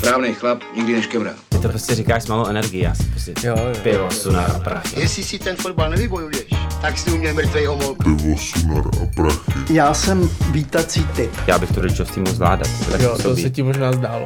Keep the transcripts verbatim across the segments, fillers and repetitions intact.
Správný chlap nikdy neškemrá. Ty to prostě říkáš s malou energií, já si prostě jo, jo. pivo, sunar a prachy. Jestli si ten fotbal nevybojuješ, tak si uměl mrtvej homolku. Pivo, sunar a prachy. Já jsem vítací typ. Já bych to rodičovství mohl zvládat. To jo, to se ti možná zdálo.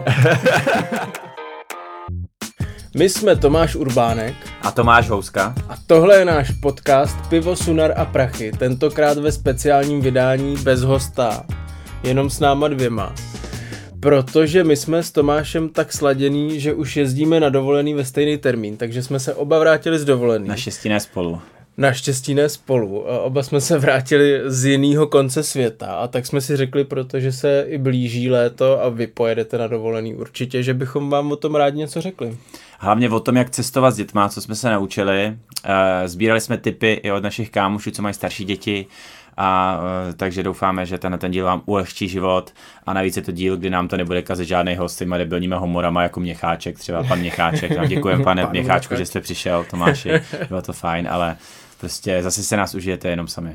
My jsme Tomáš Urbánek a Tomáš Houska. A tohle je náš podcast Pivo, sunar a prachy. Tentokrát ve speciálním vydání bez hosta. Jenom s náma dvěma. Protože my jsme s Tomášem tak sladěný, že už jezdíme na dovolený ve stejný termín, takže jsme se oba vrátili z dovolený. Naštěstí ne spolu. Naštěstí ne spolu. A oba jsme se vrátili z jiného konce světa a tak jsme si řekli, protože se i blíží léto a vy pojedete na dovolený určitě, že bychom vám o tom rádi něco řekli. Hlavně o tom, jak cestovat s dětma, co jsme se naučili. Sbírali jsme tipy i od našich kámošů, co mají starší děti. A takže doufáme, že ten, ten díl vám ulehčí život a navíc je to díl, kdy nám to nebude kazit žádný host s těma debilníma humorama jako Měcháček, třeba pan Měcháček. No, děkujeme, pane Měcháčku, že jste přišel, Tomáši, bylo to fajn, ale prostě zase se nás užijete jenom sami.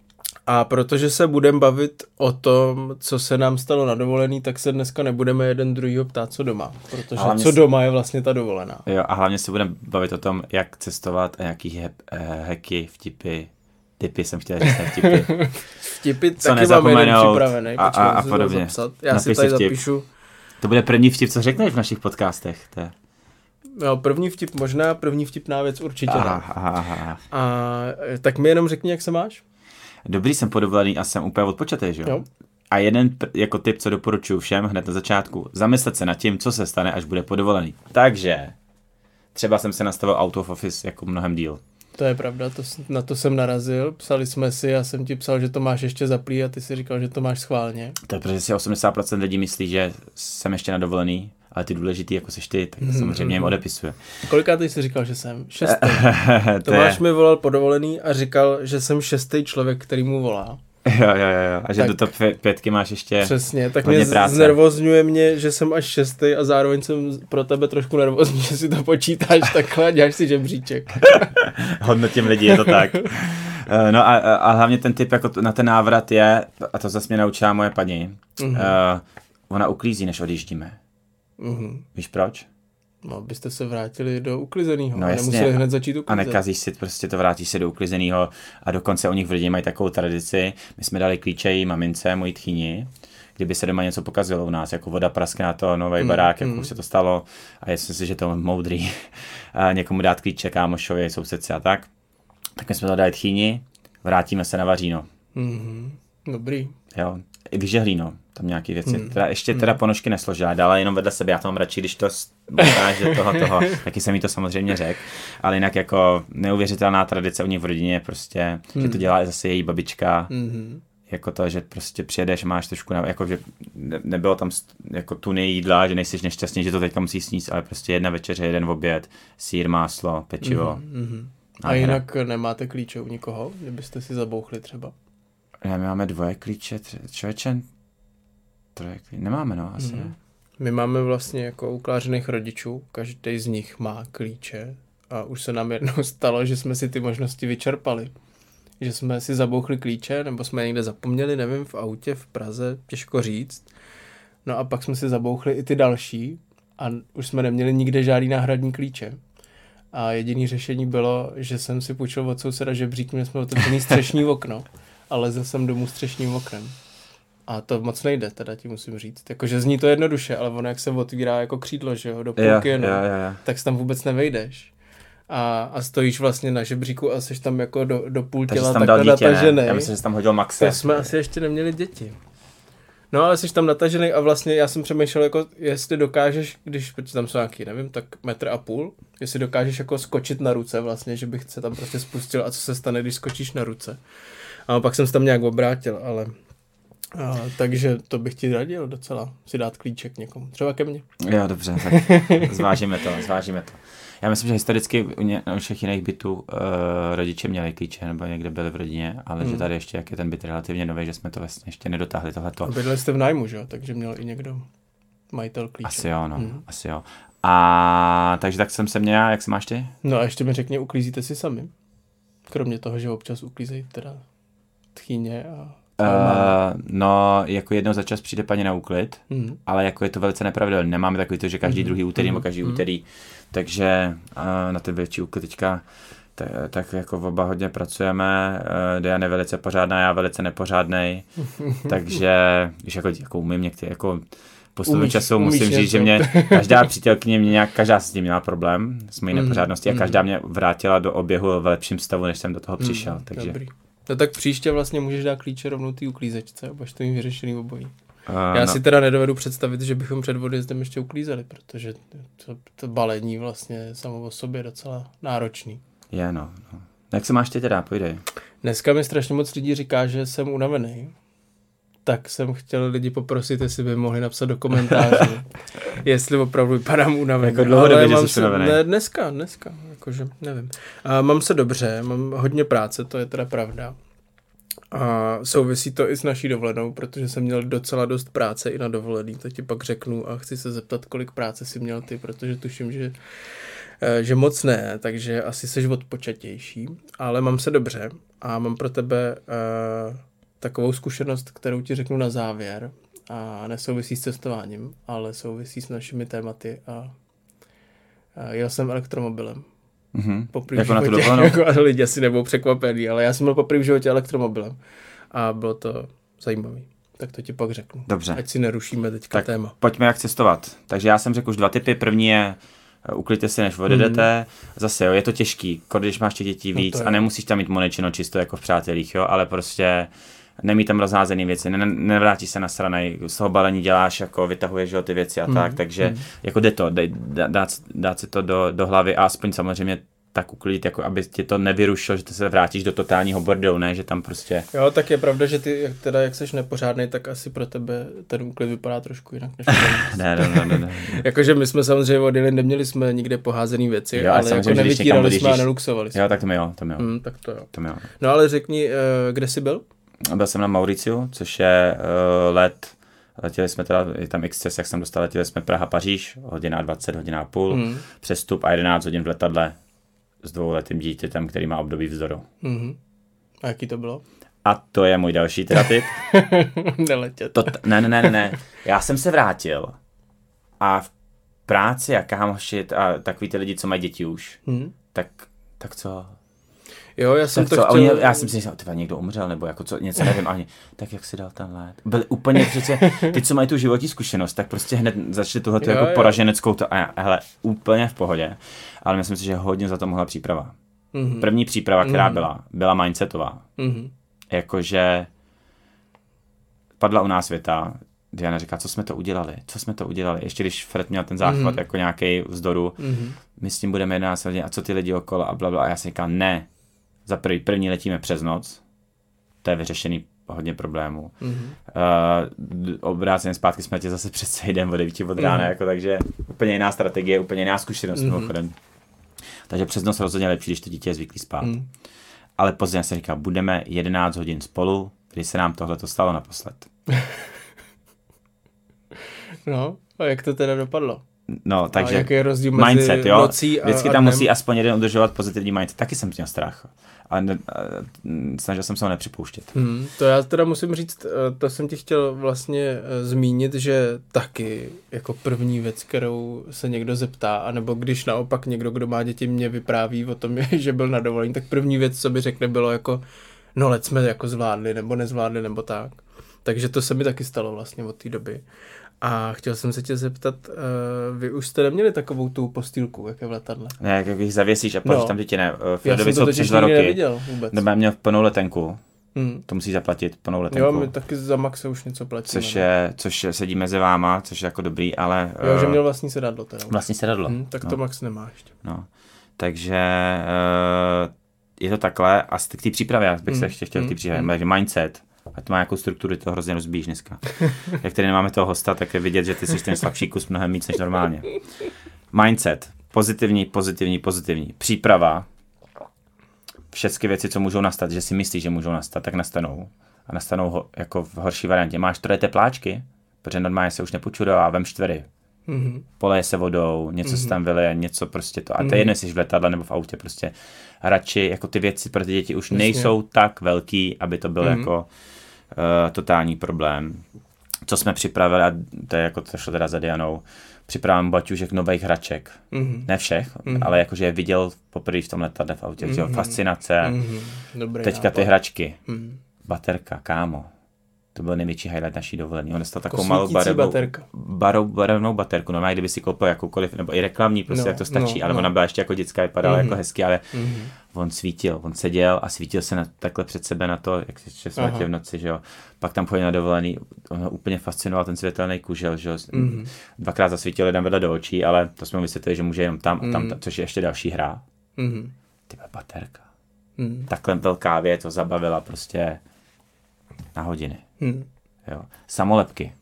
A protože se budeme bavit o tom, co se nám stalo na dovolený, tak se dneska nebudeme jeden druhýho ptát, co doma. Protože co doma je vlastně ta dovolená. Jo, a hlavně se budeme bavit o tom, jak cestovat a jaký he- heky, vtipy, tipy jsem chtěl říct, vtipy. Vtipy co taky mám jeden připravený. A, a, a podobně. Já Napiš si tady vtip. zapíšu. To bude první vtip, co řekneš v našich podcastech. To je... Jo, první vtip možná, první vtipná věc určitě. Aha, aha, aha. A tak mi jenom řekni, jak se máš? Dobrý, jsem podovolený a jsem úplně odpočatý, že jo? A jeden jako tip, co doporučuji všem hned na začátku, zamyslet se nad tím, co se stane, až bude podovolený. Takže třeba jsem se nastavil out of office jako mnohem díl. To je pravda, to, na to jsem narazil, psali jsme si, já jsem ti psal, že to máš ještě zaplý a ty si říkal, že to máš schválně. To je, protože si osmdesát procent lidí myslí, že jsem ještě na dovolený, ale ty důležitý, jako seš ty, tak samozřejmě jim odepisuje. Koliká ty jsi říkal, že jsem? Šestý. Tomáš mi volal po dovolený a říkal, že jsem šestý člověk, který mu volá. Jo, jo, jo, a že tak, do top pětky máš ještě přesně, tak mě práce. Znervozňuje mě, že jsem až šestý a zároveň jsem pro tebe trošku nervózní, že si to počítáš takhle a děláš si žebříček. Hodnotím lidi, je to tak. No a, a hlavně ten tip jako na ten návrat je, a to zase mě naučila moje paní, uh-huh. uh, ona uklízí, než odjíždíme. Uh-huh. Víš proč? No, abyste se vrátili do uklizenýho. No, a nemuseli hned začít uklízet. A nekazíš si, prostě to vrátíš se do uklizenýho a dokonce u nich v rodině mají takovou tradici. My jsme dali klíče její mamince, mojí tchýni, kdyby se doma něco pokazilo u nás, jako voda praskne na to, nový mm, barák, mm. jak už se to stalo a myslím si, že to je moudrý a někomu dát klíče, kámošovi, sousedci a tak. Tak my jsme to dali tchýni, vrátíme se na vaříno. Mm-hmm. Dobrý. Jo, i vyžehlíno, tam nějaký věci. Mm. Teda, ještě teda ponožky nesložila, dala jenom vedle sebe, já to mám radši, když to že toho, toho, taky jsem jí to samozřejmě řekl, ale jinak jako neuvěřitelná tradice u nich v rodině, prostě, mm. že to dělá zase její babička, mm-hmm. jako to, že prostě přijedeš, máš trošku, jako že ne, nebylo tam jako tuny jídla, že nejsi nešťastný, že to teďka musíš sníst, ale prostě jedna večeře, jeden oběd, sýr, máslo, pečivo. Mm-hmm. A, a jinak nemáte klíče u nikoho, kdybyste si zabouchli třeba? Ne, my máme dvoje klíče, člověče, troje klíče, nemáme no, asi mm. ne. My máme vlastně jako uklářených rodičů, každý z nich má klíče a už se nám jednou stalo, že jsme si ty možnosti vyčerpali. Že jsme si zabouchli klíče, nebo jsme někde zapomněli, nevím, v autě, v Praze, těžko říct. No a pak jsme si zabouchli i ty další a už jsme neměli nikde žádný náhradní klíče. A jediné řešení bylo, že jsem si půjčil od souseda žebřík, měli jsme otevřený střešní okno a lezl jsem domů střešním oknem. A to moc nejde, teda ti musím říct. Jakože zní to jednoduše, ale ono jak se otvírá jako křídlo, že jo, do půlky jo, jo, jo, jo. tak tam vůbec nevejdeš. A, a stojíš vlastně na žebříku a jsi tam jako do, do půl těla takhle natažený. Já myslím, že jsi tam hodil Maxe. To jsme asi ještě neměli děti. No ale jsi tam natažený a vlastně já jsem přemýšlel, jako jestli dokážeš, když, protože tam jsou nějaký, nevím, tak metr a půl, jestli dokážeš jako skočit na ruce vlastně, že bych se tam prostě spustil a co se stane, když skočíš na ruce. A pak jsem se tam nějak obrátil, ale... A, takže to bych ti radil docela, si dát klíček někomu, třeba ke mně. Jo, dobře, tak zvážíme to, zvážíme to. Já myslím, že historicky u, ně, u všech jiných bytů uh, rodiče měli klíče nebo někde byli v rodině, ale hmm. že tady ještě, jak je ten byt relativně nový, že jsme to vlastně ještě nedotáhli tohleto. Bydleli jste v nájmu, že jo, takže měl i někdo majitel klíče. Asi jo, no, hmm. asi jo. A takže tak jsem se měl, jak se máš ty? No a ještě mi řekni, uklízíte si sami? Kromě toho, že občas uklízejí teda tchýně a Uh, no, jako jednou za čas přijde paní na úklid, mm. ale jako je to velice nepravidelné. Nemáme takový to, že každý mm. druhý úterý mm. nebo každý mm. úterý, takže uh, na ty větší úklid teďka t- tak jako oba hodně pracujeme. Uh, Diana je velice pořádná, já velice nepořádnej, takže víš, jako, jako umím některé, jako postupem času musím říct, že mě každá přítelkyně mě nějak, každá s tím měla problém s mojí mm. nepořádností a každá mě vrátila do oběhu v lepším stavu, než jsem do toho přišel. Mm. Takže... Dobrý. No tak příště vlastně můžeš dát klíče rovnou té uklízečce, až to jim vyřešený obojí. Uh, Já no. si teda nedovedu představit, že bychom před odjezdem ještě uklízeli, protože to, to balení vlastně samo o sobě je docela náročný. Je, no, no. Jak se máš ty teda? Pojdej. Dneska mi strašně moc lidí říká, že jsem unavený. Tak jsem chtěl lidi poprosit, jestli by mohli napsat do komentářů, jestli opravdu vypadám unavený. Jako dlouhodobě, že jsi unavený. Ne, dneska, dneska, jakože, nevím. A mám se dobře, mám hodně práce, to je teda pravda. A souvisí to i s naší dovolenou, protože jsem měl docela dost práce i na dovolený, to ti pak řeknu a chci se zeptat, kolik práce jsi měl ty, protože tuším, že, že moc ne, takže asi seš odpočatější, ale mám se dobře a mám pro tebe uh, takovou zkušenost, kterou ti řeknu na závěr a nesouvisí s cestováním, ale souvisí s našimi tématy a, a jel jsem elektromobilem. Mm-hmm. Poprvé jako na tu dovolenou? Jako, lidi asi nebudou překvapení, ale já jsem byl poprvé v životě elektromobilem a bylo to zajímavý. Tak to ti pak řeknu. Dobře. Ať si nerušíme teďka tak téma. Pojďme jak cestovat. Takže já jsem řekl už dva typy. První je uklidte si, než odjedete. Mm. Zase jo, je to těžký, když máš těch dětí víc no a nemusíš tam mít monečino čisto jako v přátelích, jo, ale prostě nemít tam rozházený věci, ne, nevrátíš se na straně, z toho balení děláš, jako vytahuješ jo, ty věci a mm. tak, takže mm. jako jde to, dej, dát, dát si to do, do hlavy a aspoň samozřejmě tak uklidit, jako aby tě to nevyrušilo, že ty se vrátíš do totálního bordelu, ne, že tam prostě... Jo, tak je pravda, že ty, jak teda, jak seš nepořádnej, tak asi pro tebe ten úklid vypadá trošku jinak, než ne, ne, ne, ne, ne. Jakože my jsme samozřejmě odjeli, neměli jsme nikde poházený věci, jo, ale jako nevytírali jsme a neluxovali jsme. Jo, tak to mi jo, to mi jo. Hmm, tak to jo. To mi jo. No ale řekni, kde jsi byl? Byl jsem na Mauriciu, což je uh, let, letěli jsme teda, je tam X C S, jak jsem dostal, letěli jsme Praha-Paříž, hodina dvacet, hodina a půl, mm. přestup a jedenáct hodin v letadle s dvouletým dítětem, který má období vzoru. Mm. A jaký to bylo? A to je můj další teda tip. Neletět. To, ne, ne, ne, ne, já jsem se vrátil a v práci a kámoši a takový ty lidi, co mají děti už, mm. tak, tak co... Jo, já jsem tak to co, chtěl... Oni, já jsem si myslel, tyva, někdo umřel, nebo jako co, něco nevím, ani tak jak si dal ten let. Byli úplně přece, ty, co mají tu životní zkušenost, tak prostě hned začali tohleto jako jo. poraženeckou, to, a hele, úplně v pohodě, ale myslím si, že hodně za to mohla příprava. Mm-hmm. První příprava, která mm-hmm. byla, byla mindsetová. Mm-hmm. Jakože padla u nás věta, Diana říká, co jsme to udělali, co jsme to udělali, ještě když Fred měl ten záchvat mm-hmm. jako nějaký vzdoru, mm-hmm. my s tím budeme jedenáct hodin a co ty lidi okolo a blablabla, a já si říkám, ne. Za první, první letíme přes noc, to je vyřešený hodně problémů. Mm-hmm. Uh, obráceně zpátky jsme tě zase přes celý den od devíti od rána, mm-hmm. jako, takže úplně jiná strategie, úplně jiná zkušenost. Mm-hmm. Takže přes noc rozhodně lepší, když to dítě je zvyklý spát. Mm-hmm. Ale později se říká, budeme jedenáct hodin spolu, když se nám tohle to stalo naposled. No, a jak to teda dopadlo? No, takže a jaký je rozdíl mezi mindset, jo? Nocí a vždycky a tam dnem? Musí aspoň jeden udržovat pozitivní mindset. Taky jsem měl strach. Ale ne, snažil jsem se ho nepřipouštět. Hmm, to já teda musím říct, to jsem ti chtěl vlastně zmínit, že taky jako první věc, kterou se někdo zeptá, anebo když naopak někdo, kdo má děti, mě vypráví o tom, že byl na dovolení, tak první věc, co by řekne, bylo jako, no let jsme jako zvládli, nebo nezvládli, nebo tak. Takže to se mi taky stalo vlastně od té doby. A chtěl jsem se tě zeptat, uh, vy už jste neměli takovou tu postýlku, jak je v letadle? Ne, jak, jak jich zavěsíš a položíš no. tam děti, ne. Já jsem to totiž nikdy neviděl vůbec. Nebo já měl plnou letenku, hmm. to musí zaplatit, plnou letenku. Jo, my taky za Maxe už něco platíme. Což je, což sedí mezi váma, což je jako dobrý, ale... Jo, uh, že měl vlastní sedadlo teda. Vlastní sedadlo. Hmm, tak no. to Max nemá ještě. No, takže uh, je to takhle a z té přípravy, já bych hmm. se ještě chtěl v té přípravě, takže mindset. A to má nějakou strukturu, to hrozně rozbíjíš dneska. Jak tady nemáme toho hosta, tak je vidět, že ty jsi ten slabší kus mnohem víc než normálně. Mindset. Pozitivní, pozitivní, pozitivní. Příprava. Všechny věci, co můžou nastat, že si myslíš, že můžou nastat, tak nastanou. A nastanou ho, jako v horší variantě. Máš troje tepláčky, protože normálně se už nepočudová, vem čtvery. Mm-hmm. Poleje se vodou, něco mm-hmm. se tam vyleje, něco prostě to. A to mm-hmm. je jedno, jestli v letadle nebo v autě, prostě radši, jako ty věci pro ty děti už Jasně. nejsou tak velký, aby to bylo mm-hmm. jako totální problém. Co jsme připravili, a to je jako to šlo teda za Dianou, připravím baťužek nových hraček. Mm-hmm. Ne všech, mm-hmm. ale jakože je viděl poprvé v tom letadle v autě, mm-hmm. fascinace. Mm-hmm. Dobrý Teďka nápad. ty hračky. Mm-hmm. Baterka, kámo. To byl největší highlight naší dovolený. On dostal takovou Jako malou barevnou, baterka. barevnou baterku. Normálně, kdyby si koupil jakoukoliv, nebo i reklamní, prostě no, jak to stačí, no, ale no. ona byla ještě jako dětská, vypadala mm-hmm. jako hezky, ale mm-hmm. on svítil, on seděl a svítil se na, takhle před sebe na to, jak se jsme v noci, že jo. Pak tam chodil na dovolený, on ho úplně fascinoval ten světelný kužel, že jo. Mm-hmm. Dvakrát zasvítil jeden vedle do očí, ale to jsme mu vysvětlili, že může jenom tam a tam, mm-hmm. což je ještě další hra. Mm-hmm. Tyba baterka. Mm-hmm. Takhle velká věc, to zabavila prostě na hodiny. Mm-hmm. Jo. Samolepky.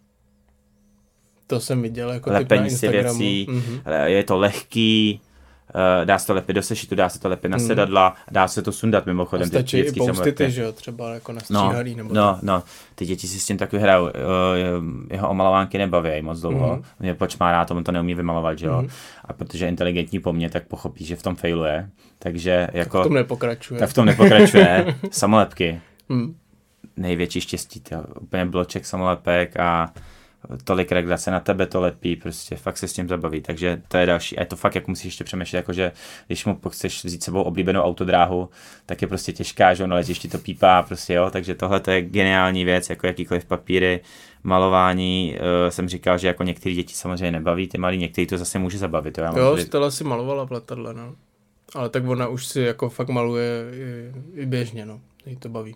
To jsem viděl jako typ lepení na Instagramu. si věcí, mm-hmm. je to lehký, dá se to lepit do sešitu, dá se to lepit na mm. sedadla, dá se to sundat mimochodem. A stačí i poustity, že jo, třeba jako na stříhaný. No, nebo no, no, ty děti si s tím taky hrajou, jeho omalovánky nebaví moc dlouho, mm. mě počmárá to, on to neumí vymalovat, že jo, mm. a protože je inteligentní po mně, tak pochopí, že v tom failuje, takže jako... Tak v tom nepokračuje. Tak v tom nepokračuje, samolepky. Mm. Největší štěstí, tyjo. Úplně bloček samolepek a tolik regrace na tebe to lepí, prostě fakt se s tím zabaví, takže to je další. A je to fakt, jak musíš ještě přemýšlet, jakože když mu chceš vzít sebou oblíbenou autodráhu, tak je prostě těžká, že ono letišti to pípá, prostě jo, takže tohle to je geniální věc, jako jakýkoliv papíry, malování, uh, jsem říkal, že jako některé děti samozřejmě nebaví, ty malí, některý to zase může zabavit. Jo, jo Stella si malovala v letadle, no. Ale tak ona už si jako fakt maluje i, i běžně, no, jí to baví.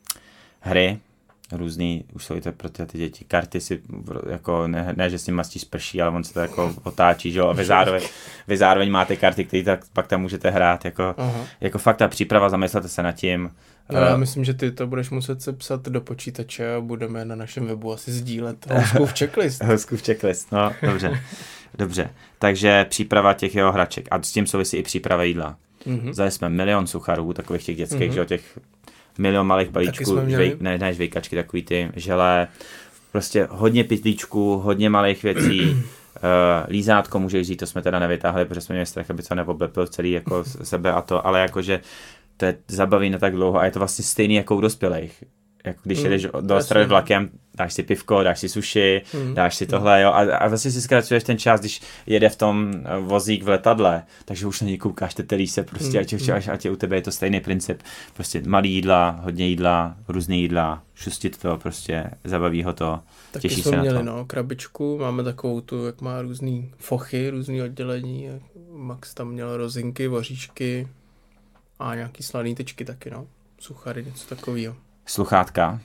Hry, různý, už jsou i to pro ty, ty děti, karty si, jako ne, ne, že s ním mastíš prší, ale on se to jako otáčí, že jo, a vy zároveň, vy zároveň máte karty, které tak pak tam můžete hrát, jako, jako fakt ta příprava, zamyslete se nad tím. No, já myslím, že ty to budeš muset sepsat do počítače a budeme na našem webu asi sdílet Houskův checklist. Houskův checklist, no, dobře, dobře, takže příprava těch jeho hraček a s tím souvisí i příprava jídla. Mm-hmm. Zali jsme milion sucharů, takových těch dětských, mm-hmm. že jo, těch milion malých balíčků, žvej, ne, ne žvejkačky, takový ty želé, prostě hodně pytlíčků, hodně malých věcí, uh, lízátko můžeš vzít, to jsme teda nevytáhli, protože jsme měli strach, aby to neoblepil celý jako sebe a to, ale jakože to je zabaví na tak dlouho a je to vlastně stejný jako u dospělých. Jako když jedeš mm, do Ostravy vlakem, dáš si pivko, dáš si sushi, mm, dáš si tohle, jo, a, a vlastně si zkracuješ ten čas, když jede v tom vozík v letadle, takže už na něj koukáš, tetelíš se, prostě, mm, ať, mm. ať, ať je u tebe je to stejný princip, prostě malý jídla, hodně jídla, různý jídla, šustit to, prostě zabaví ho to, taky těší jsme se měli, na to. No, krabičku, máme takovou tu, jak má různý fochy, různý oddělení, Max tam měl rozinky, voříšky a nějaký slaný tyčky taky, no, suchary, něco takového. Sluchátka?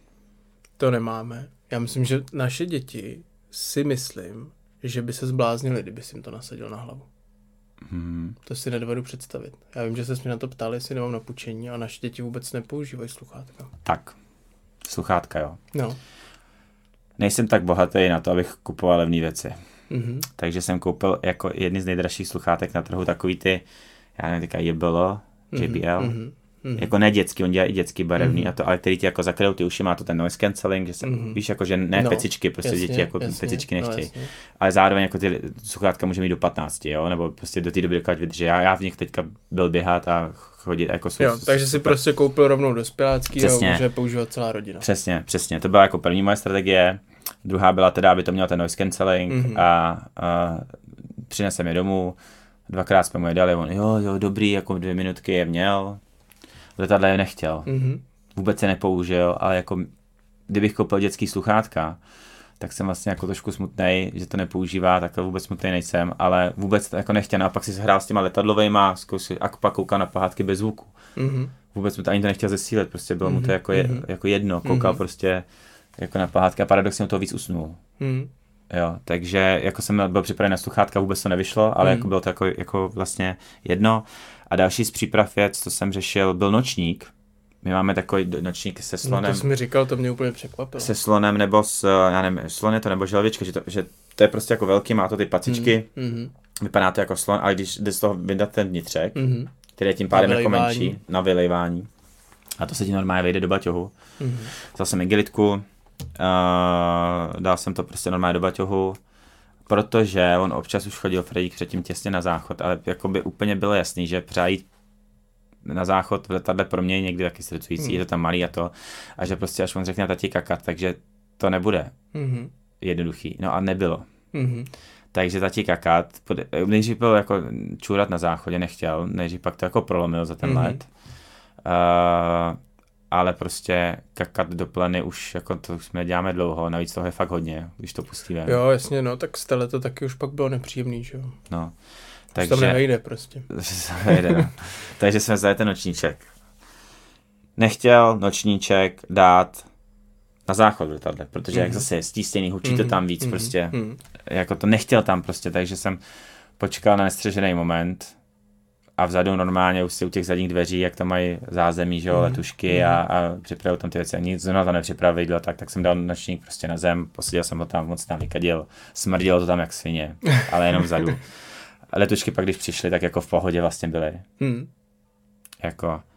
To nemáme. Já myslím, že naše děti si myslím, že by se zbláznili, kdyby si jim to nasadil na hlavu. Hmm. To si nedovedu představit. Já vím, že se mě na to ptali, jestli nemám na půjčení, a naše děti vůbec nepoužívají sluchátka. Tak, sluchátka, jo. No. Nejsem tak bohatý na to, abych kupoval levné věci. Mm-hmm. Takže jsem koupil jako jedny z nejdražších sluchátek na trhu takový ty, já nevím, teďka J B L, J B L, mm-hmm. Mm-hmm. Jako ne dětský, on dělá i dětský barevný mm-hmm. a to, ale který ti jako zakryjou ty uši, má to ten noise cancelling, že se, mm-hmm. víš, jako že ne no, pecičky, prostě jasně, děti jako jasně, pecičky nechtějí. No, ale zároveň jako ty sluchátka může mít do patnácti, jo, nebo prostě do té doby dokáže vydržet. Já, já v nich teďka byl běhat a chodit jako jsou. Jo, takže si prostě koupil rovnou dospělácký přesně. A může používat celá rodina. Přesně, přesně, to byla jako první moje strategie. Druhá byla teda, aby to mělo ten noise cancelling mm-hmm. a, a přinesem je domů. Dvakrát jsme mu je dali, on jo, jo, dobrý, jako dvě minutky je měl. V letadle je nechtěl. Mm-hmm. Vůbec se nepoužil, ale jako kdybych koupil dětský sluchátka, tak jsem vlastně jako trošku smutnej, že to nepoužívá, tak vůbec smutnej nejsem, ale vůbec to jako nechtěl. A pak si hrál s těma letadlovejma a pak koukal na pohádky bez zvuku. Mm-hmm. Vůbec mu to ani to nechtěl zesílit, prostě bylo mm-hmm. mu to jako, je, jako jedno, koukal mm-hmm. prostě jako na pohádky a paradoxně mu toho víc usnul. Mm-hmm. Jo, takže jako jsem byl připraven na sluchátka, vůbec to nevyšlo, ale mm. jako bylo to jako, jako vlastně jedno. A další z příprav věc, co jsem řešil, byl nočník. My máme takový nočník se slonem. No to jsi mi říkal, to mě úplně překvapilo. Se slonem nebo s, já nevím, slon je to nebo želvička, že to, že to je prostě jako velký, má to ty pacičky, mm. vypadá to jako slon, ale když jde z toho vydat ten vnitřek, mm. který je tím pádem jako menší, na vylejvání, a to se ti normálně vejde do baťohu. Mm. Vzal jsem igelitku, Uh, dal jsem to prostě normálně do baťohu, protože on občas už chodil Fredík předtím těsně na záchod, ale jako by úplně bylo jasný, že přijít na záchod v letadle pro mě je někdy taky stresující, mm. je to tam malý a to, a že prostě až on řekne tati kakat, takže to nebude mm. jednoduchý, no a nebylo. Mm. Takže tati kakat, nejdřív byl jako čůrat na záchodě, nechtěl, nejdřív pak to jako prolomil za ten mm. let, uh, ale prostě kakat do pleny už jako to už jsme děláme dlouho, navíc toho je fakt hodně, když to pustíme. Jo, jasně, no, tak z tele to taky už pak bylo nepříjemný, že jo. No. Takže tam nevejde prostě. nevejde, no. Takže jsme vzali ten nočníček. Nechtěl nočníček dát na záchod v letadle, protože mm-hmm. jak zase je stístěný, hučí mm-hmm. to tam víc mm-hmm. prostě, mm-hmm. jako to nechtěl tam prostě, takže jsem počkal na nestřežený moment a vzadu normálně už si u těch zadních dveří, jak tam mají zázemí, že jo, mm-hmm. letušky a, a připravují tam ty věci a nic, zrovna to nepřipravilo, tak, tak jsem dal nočník prostě na zem, posadil jsem ho tam, moc tam vykadil, smrdilo to tam jak svině, ale jenom vzadu. Letušky pak, když přišly, tak jako v pohodě vlastně byly. Hmm. Jako. Uh,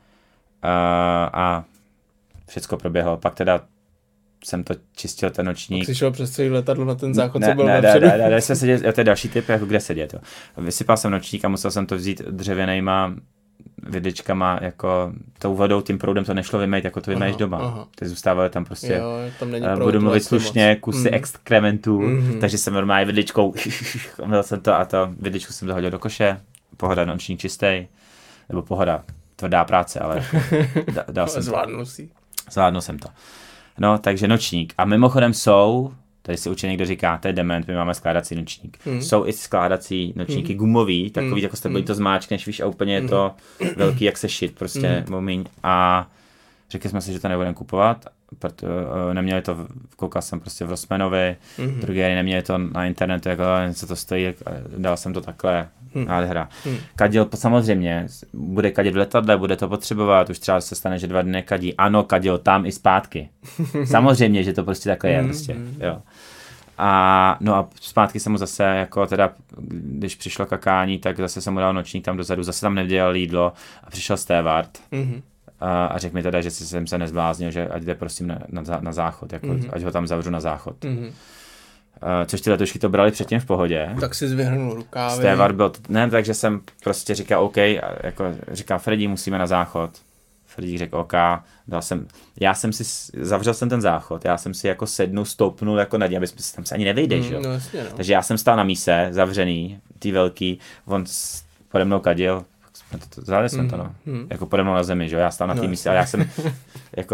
a všecko proběhlo. Pak teda jsem to čistil ten nočník. Jsi šel přes celý letadlo na ten záchod, ne, co byl ne, napředu? Ne, ne, ne, se sedět, jo, to je další typ, jako kde sedět. Jo. Vysypal jsem nočník a musel jsem to vzít dřevěnejma vidličkama, jako tou vodou, tím proudem to nešlo vymejt, jako to vymeješ doma. Aha. Ty zůstávaly tam prostě, jo, tam není uh, budu mluvit slušně, moc. Kusy mm. exkrementů, mm-hmm. takže jsem normálně vidličkou, měl jsem to a to, vidličku jsem zahodil do koše, pohoda, nočník čistý, nebo pohoda, tvrdá práce, ale da, dal jsem Zvládnu si. Zvládnu jsem to. No, takže nočník. A mimochodem jsou, tady si určitě někdo říká, to je dement, my máme skládací nočník. Mm. Jsou i skládací nočníky mm. gumový, takový, mm. jako s tebou mm. to zmáčkneš, víš, a úplně je to velký, jak se šit, prostě mm. momíň. A řekli jsme si, že to nebudeme kupovat, proto, neměli to, koukal jsem prostě v Rossmanovi, mm. drogery neměli to na internetu, jako co to stojí, dal jsem to takhle, mm. nádhera. Mm. Kadil, samozřejmě, bude kadit v letadle, bude to potřebovat, už třeba se stane, že dva dny nekadí. Ano, kadil tam i zpátky. Samozřejmě, že to prostě takhle je, prostě, jo. A no a zpátky jsem mu zase, jako teda, když přišlo kakání, tak zase jsem mu dal nočník tam dozadu, zase tam nedělal jídlo a přišel Steward. Mm. A, a řekl mi teda, že jsem se nezbláznil, že ať jde prosím na, na, na záchod, jako, mm-hmm. ať ho tam zavřu na záchod. Mm-hmm. Uh, což ty letušky to brali předtím v pohodě. Tak si zvyhrnul rukávy. Steward byl, ne, takže jsem prostě říkal OK, jako říkal Freddy, musíme na záchod. Freddy řekl OK, dal jsem, já jsem si, zavřel jsem ten záchod, já jsem si jako sednul, stoupnul jako na dě, aby se tam se ani nevejdeš, mm, jo. No, jasně, no. Takže já jsem stál na míse, zavřený, ty velký, on pode mnou kadil, zvládli jsme mm, to, no. Mm. Jako pode mnou na zemi, že jo, já stál na té no, místě, ale já jsem, jako,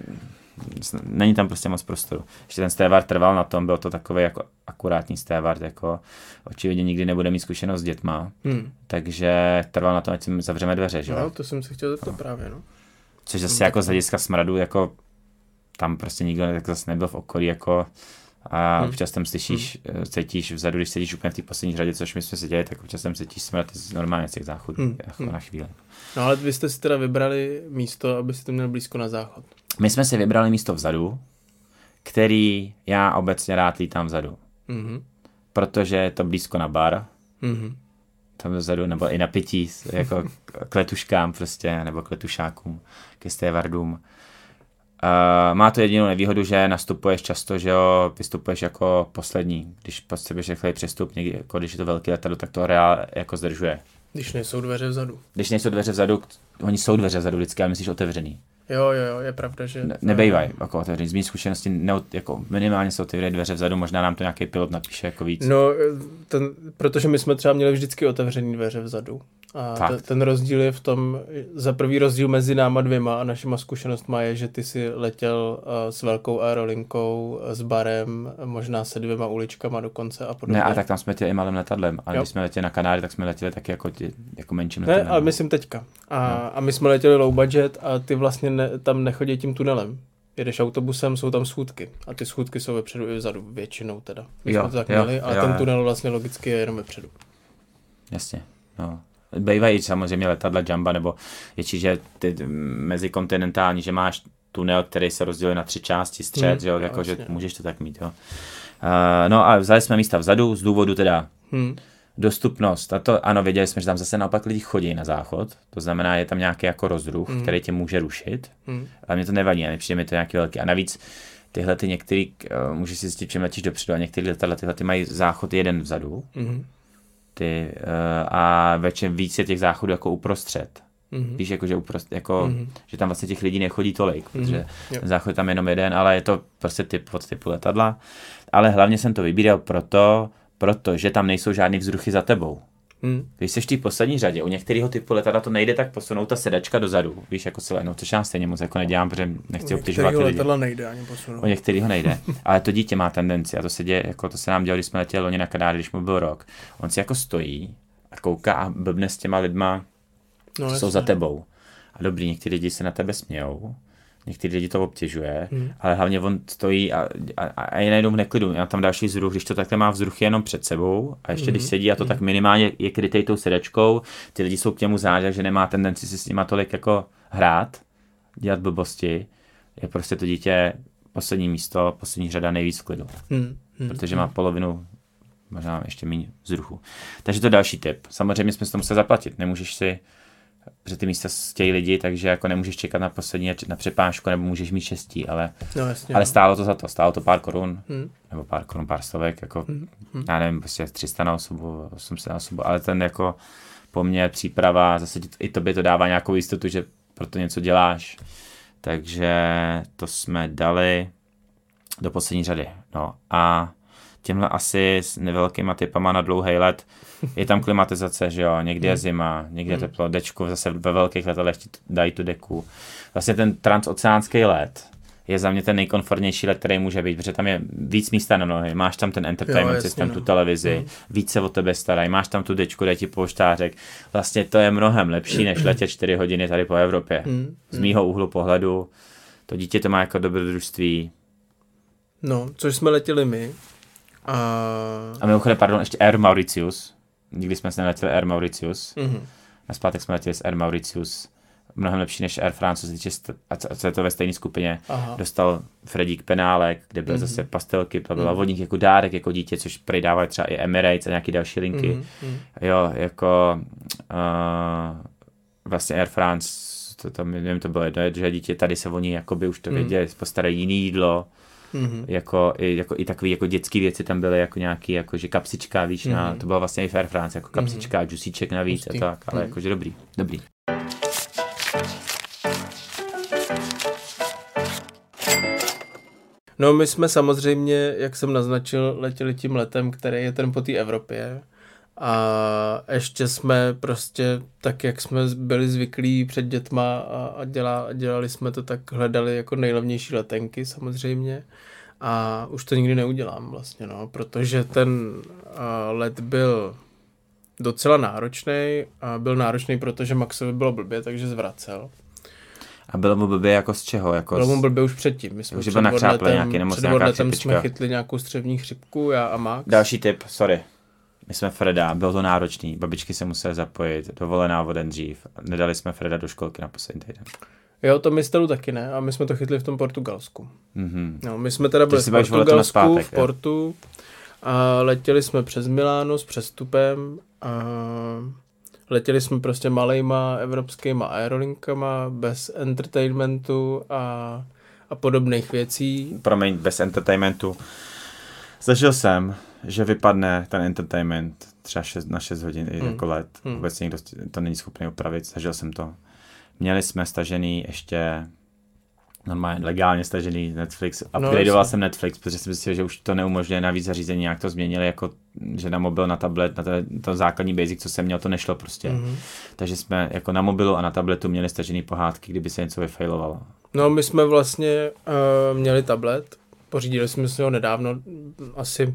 není tam prostě moc prostoru. Ještě ten Steward trval na tom, byl to takový jako akurátní Steward, jako očividně nikdy nebude mít zkušenost s dětma, mm. takže trval na tom, ať si zavřeme dveře, že jo. No, to jsem si chtěl zeptat no. právě, no. Což zase jako z hlediska smradu, jako tam prostě nikdo tak zase nebyl v okolí, jako a hmm. občas tam slyšíš, hmm. cítíš vzadu, když sedíš úplně v té poslední řadě, což my jsme seděli, tak občas tam cítíš smrad normálně z těch záchodů, hmm. jako na chvíli. No ale vy jste si teda vybrali místo, abyste to měli blízko na záchod. My jsme si vybrali místo vzadu, který já obecně rád lítám vzadu. Hmm. Protože je to blízko na bar, hmm. tam vzadu, nebo i na pití, jako k letuškám prostě, nebo k letušákům, ke stewardům. Uh, má to jedinou nevýhodu, že nastupuješ často, že jo, vystupuješ jako poslední. Když potřebuješ rychlej přestup, někdy, jako když je to velký letadlo, tak to reál jako zdržuje. Když nejsou dveře vzadu. Když nejsou dveře vzadu, oni jsou dveře vzadu vždycky, ale myslíš otevřený. Jo, jo, jo, je pravda, že... Ne, nebejvaj jako otevřený. Z mých zkušeností ne, jako minimálně jsou otevřené dveře vzadu, možná nám to nějaký pilot napíše jako víc. No, ten, protože my jsme třeba měli vždycky otevřený dveře vzadu. A t- ten rozdíl je v tom, za prvý rozdíl mezi náma dvěma a našima zkušenostma je, že ty si letěl uh, s velkou aerolinkou, s barem, možná se dvěma uličkama dokonce a podobně. Ne, a tak tam jsme letěli i malým letadlem, ale jo. Když jsme letěli na Kanáry, tak jsme letěli taky jako, tě, jako menším letadlem. Ne, ale myslím teďka. A, no. a my jsme letěli low budget a ty vlastně ne, tam nechodí tím tunelem. Jedeš autobusem, jsou tam schůdky a ty schůdky jsou vepředu i vzadu, většinou teda. My jo, jsme to tak jo, měli a jo, ten tunel jo. vlastně logicky je jenom vepředu. Jasně, no. Bývají samozřejmě letadla Jamba nebo větší, že ty mezikontinentální, že máš tunel, který se rozdělí na tři části střed, hmm, že jo, jako, vlastně. Že můžeš to tak mít, jo. Uh, no a vzali jsme místa vzadu z důvodu teda hmm. dostupnost. A to ano, věděli jsme, že tam zase naopak lidi chodí na záchod, to znamená, je tam nějaký jako rozruch, hmm. který tě může rušit, hmm. ale mě to nevadí, nepřijde mi to nějaký velký. A navíc tyhle ty některý, uh, můžeš si zjistit, čím letíš dopředu a některý letadla, tyhle ty mají záchod jeden vzadu. Hmm. Ty, uh, a večer víc je těch záchodů jako uprostřed. Mm-hmm. Víš, jako, že, uprost, jako, mm-hmm. že tam vlastně těch lidí nechodí tolik, mm-hmm. protože ten záchod je tam jenom jeden, ale je to prostě typ od typu letadla. Ale hlavně jsem to vybíral proto, protože tam nejsou žádný vzruchy za tebou. Hmm. Když jsi v té poslední řadě, u některého typu letadla to nejde tak posunout ta sedačka dozadu, víš, jako si lehnout, což já stejně moc jako nedělám, protože nechci obtěžovat ty lidi. U některého letadla nejde ani posunout. U některého nejde, ale to dítě má tendenci a to se děje, jako to se nám dělo, když jsme letěli loni na Kanáry, když mu byl rok. On si jako stojí a kouká a blbne s těma lidma, co no, jsou za tebou. A dobrý, někteří lidi se na tebe smějou, někteří lidi to obtěžuje, hmm. ale hlavně on stojí a, a, a je najednou v neklidu. Já tam další vzruch, když to takhle má vzruchy jenom před sebou a ještě hmm. když sedí a to hmm. tak minimálně je krytej tou sedačkou, ty lidi jsou k němu zážek, že nemá tendenci si s nima tolik jako hrát, dělat blbosti, je prostě to dítě poslední místo, poslední řada nejvíc v klidu. Hmm. Hmm. Protože má polovinu, možná ještě méně vzruchu. Takže to je další tip. Samozřejmě jsme si to museli zaplatit, nemůžeš si protože ty místa chtějí lidi, takže jako nemůžeš čekat na poslední, na přepážku, nebo můžeš mít štěstí, ale, no, jasně, ale no. stálo to za to, stálo to pár korun, hmm. nebo pár korun, pár stovek, jako, hmm. já nevím, prostě tři sta na osobu, osm set na osobu, ale ten jako poměr, příprava, zase i tobě to dává nějakou jistotu, že proto něco děláš, takže to jsme dali do poslední řady, no a těmhle asi s nevelkýma typama na dlouhý let. Je tam klimatizace, že jo, někdy je zima, někdy je teplo, dečku, zase ve velkých letadlech ti dají tu deku. Vlastně ten transoceánský let je za mě ten nejkomfortnější let, který může být, protože tam je víc místa na nohy, máš tam ten entertainment jo, systém, no. tu televizi, mm. víc se o tebe starají, máš tam tu dečku, dají ti polštářek. Vlastně to je mnohem lepší, než letět čtyři hodiny tady po Evropě. Mm. Z mýho úhlu pohledu to dítě to má jako dobrodružství. No, což jsme letěli my. A, a mimochodem, pardon, ještě Air Mauritius. Nikdy jsme se neletěli Air Mauritius. Mm-hmm. Na zpátek jsme letěli s Air Mauritius. Mnohem lepší než Air France, co se týče, a co je to ve stejné skupině. Aha. Dostal Fredík penálek, kde byly mm-hmm. zase pastelky, to byla mm-hmm. vodník jako dárek, jako dítě, což přejdávají třeba i Emirates a nějaký další linky. Mm-hmm. Jo, jako uh, vlastně Air France, to, to, nevím, to bylo jedno, že dítě tady se voní, jakoby už to věděli, mm-hmm. postarají jiný jídlo. Mm-hmm. Jako, i, jako, i takový jako dětský věci tam byly, jako nějaký, jako, že kapsička, víš, mm-hmm. na, to bylo vlastně i Fair France, jako kapsička, mm-hmm. džusíček navíc Pustý. a tak, ale mm-hmm. jakože dobrý, dobrý. No my jsme samozřejmě, jak jsem naznačil, letěli tím letem, který je ten po té Evropě a ještě jsme prostě tak, jak jsme byli zvyklí před dětma a, a děla, dělali jsme to, tak hledali jako nejlevnější letenky samozřejmě a už to nikdy neudělám vlastně, no, protože ten uh, let byl docela náročný a byl náročný, protože Maxovi bylo blbě, takže zvracel. A bylo mu blbě jako z čeho? Jako bylo mu blbě už předtím. My jsme už byl nakřáplý nějaký nemoc, nějaká chřipička. Jsme chytli nějakou střevní chřipku, já a Max. Další tip, sorry. My jsme Freda, bylo to náročný, babičky se musely zapojit, dovolená o den dřív. Nedali jsme Freda do školky na poslední týden. Jo, to my stelu taky ne, a my jsme to chytli v tom Portugalsku. Mm-hmm. No, my jsme teda byli v Portugalsku, zpátek, v Portu, a letěli jsme přes Miláno s přestupem a letěli jsme prostě malejma evropskýma aerolinkama, bez entertainmentu a, a podobných věcí. Promiň, bez entertainmentu. Zažil jsem, že vypadne ten entertainment třeba šest, na šest hodin hmm. jako let. Hmm. Vůbec někdo to není schopný opravit. Zažil jsem to. Měli jsme stažený ještě normálně legálně stažený Netflix. Upgradeoval no, jsem Netflix, protože jsem myslel, že už to neumožňuje navíc zařízení, jak to změnili, jako že na mobil, na tablet, na to, to základní basic, co jsem měl, to nešlo prostě. Mm-hmm. Takže jsme jako na mobilu a na tabletu měli stažený pohádky, kdyby se něco vyfailovalo. No my jsme vlastně uh, měli tablet, pořídili jsme si ho nedávno, asi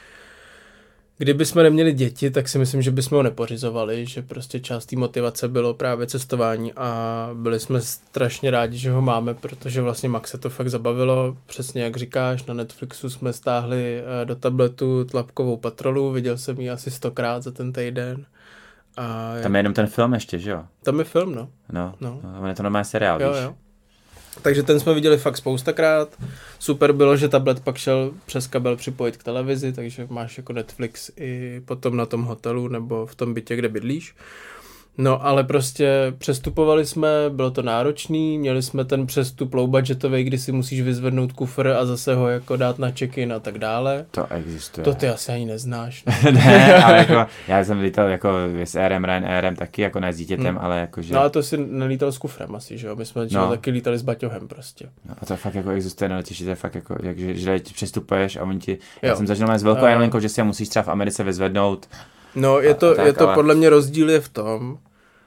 kdyby jsme neměli děti, tak si myslím, že bychom ho nepořizovali, že prostě část té motivace bylo právě cestování a byli jsme strašně rádi, že ho máme, protože vlastně Max se to fakt zabavilo, přesně jak říkáš, na Netflixu jsme stáhli do tabletu Tlapkovou patrolu, viděl jsem ji asi stokrát za ten týden. A tam je jenom ten film ještě, že jo? Tam je film, no. No, no. no je to normální seriál, jo, víš? Jo. Takže ten jsme viděli fakt spoustakrát. Super bylo, že tablet pak šel přes kabel připojit k televizi, takže máš jako Netflix i potom na tom hotelu nebo v tom bytě, kde bydlíš. No ale prostě přestupovali jsme, bylo to náročný, měli jsme ten přestup low budgetový, kdy si musíš vyzvednout kufr a zase ho jako dát na check-in a tak dále. To existuje. To ty asi ani neznáš. Ne, ne ale jako, já jsem lítal jako s Airem, Ryanairem taky, jako ne s dítětem, hmm. ale jakože... No a to si nelítal s kufrem asi, že jo? My jsme no. taky lítali s baťohem prostě. No a to fakt jako existuje na letišti, to je fakt jako, jak, že, že přestupuješ a oni ti... Já jo. jsem zažil s velkou aerolinkou, že si ho musíš třeba v Americe vyzvednout. No je to, tak, je to ale... podle mě rozdíl je v tom,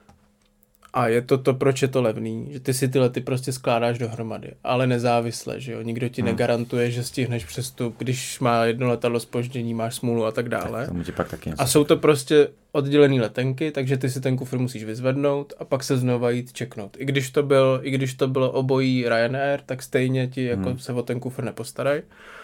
a je to to, proč je to levný, že ty si ty lety prostě skládáš dohromady, ale nezávisle, že jo, nikdo ti hmm. negarantuje, že stihneš přestup, když má jedno letadlo zpoždění, máš smůlu a tak dále. Tak tomu ti pak taky a jsou to prostě oddělený letenky, takže ty si ten kufr musíš vyzvednout a pak se znova jít čeknout. I když to byl, i když to bylo obojí Ryanair, tak stejně ti jako hmm. se o ten kufr nepostarají.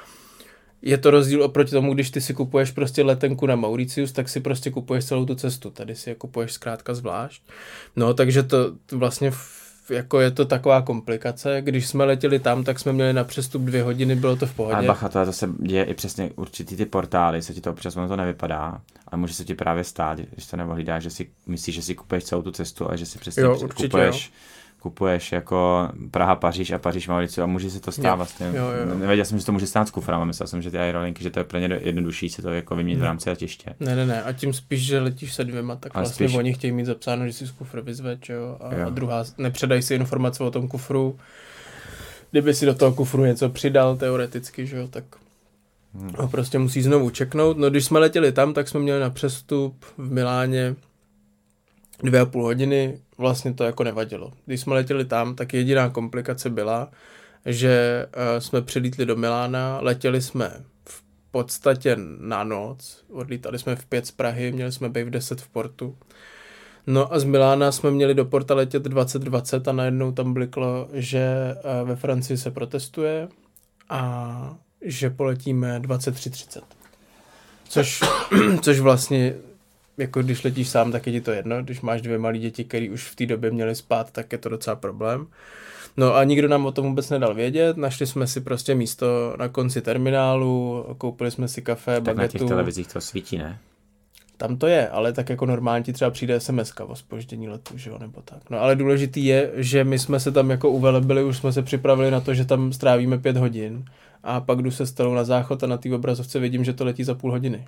Je to rozdíl oproti tomu, když ty si kupuješ prostě letenku na Mauritius, tak si prostě kupuješ celou tu cestu. Tady si je kupuješ zkrátka zvlášť. No, takže to vlastně jako je to taková komplikace. Když jsme letěli tam, tak jsme měli na přestup dvě hodiny, bylo to v pohodě. Ale bacha, to se děje i přesně určitý ty portály, se ti to občas ono to nevypadá, ale může se ti právě stát, když to neohlídáš, že si myslíš, že si kupuješ celou tu cestu, ale že si přesně jo, určitě, kupuješ... Jo. kupuješ jako Praha, Paříž a Paříž Mauritius a může se to stát jo, vlastně. Jo, jo. Nevěděl jsem, že to může stát s kuframa, myslel jsem, že ty aerolinky, že to je pro ně jednodušší se to jako vyměnit v rámci letiště. Ne, ne, ne, a tím spíš, že letíš se dvěma, tak ale vlastně spíš... oni chtějí mít zapsáno, že si z kufru vyzveš, jo, a, jo. a druhá, nepředaj si informace o tom kufru, kdyby si do toho kufru něco přidal teoreticky, že jo, tak hmm. ho prostě musí znovu čeknout. No když jsme letěli tam, tak jsme měli na přestup v Miláně dvě a půl hodiny, vlastně to jako nevadilo. Když jsme letěli tam, tak jediná komplikace byla, že uh, jsme přilítli do Milána, letěli jsme v podstatě na noc, odlítali jsme v pět z Prahy, měli jsme být v deset v Portu. No a z Milána jsme měli do Porta letět dvacet dvacet a najednou tam bliklo, že uh, ve Francii se protestuje a že poletíme dvacet tři třicet. Což, což vlastně... Jako když letíš sám, tak je ti to jedno. Když máš dvě malé děti, které už v té době měly spát, tak je to docela problém. No a nikdo nám o tom vůbec nedal vědět. Našli jsme si prostě místo na konci terminálu, koupili jsme si kafe, tak bagetu. Na těch televizích to svítí, ne? Tam to je, ale tak jako normálně ti třeba přijde es em eska o zpoždění letu, že jo, nebo tak. No ale důležitý je, že my jsme se tam jako uvelebili, už jsme se připravili na to, že tam strávíme pět hodin a pak jdu se stelou na záchod a na té obrazovce vidím, že to letí za půl hodiny.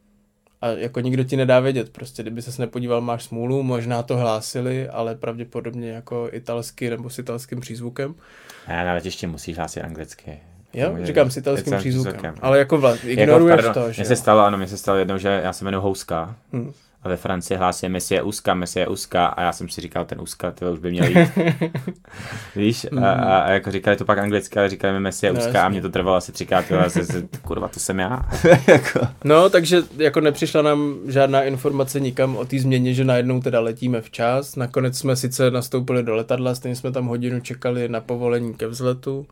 A jako nikdo ti nedá vědět, prostě kdyby ses nepodíval, máš smůlu, možná to hlásili, ale pravděpodobně jako italsky nebo s italským přízvukem. Ne, na letišti musíš hlásit anglicky. Jo, říkám s italským přízvukem, přízvukem, ale jako vlastně ignoruješ jako, to, že Mně se stalo, ano, mně se stalo jednou, že já se jmenuji Houska hmm. a ve Francii hlásí Messie Uska, Messie Uska a já jsem si říkal, ten Uska, ty už by měl jít. Víš, a, a, a jako říkali to pak anglicky, ale říkali mi Messie Uska no, a mě to trvalo asi třikrát, a se, kurva, to jsem já. No, takže jako nepřišla nám žádná informace nikam o té změně, že najednou teda letíme včas. Nakonec jsme sice nastoupili do letadla, stejně jsme tam hodinu čekali na povolení ke vzletu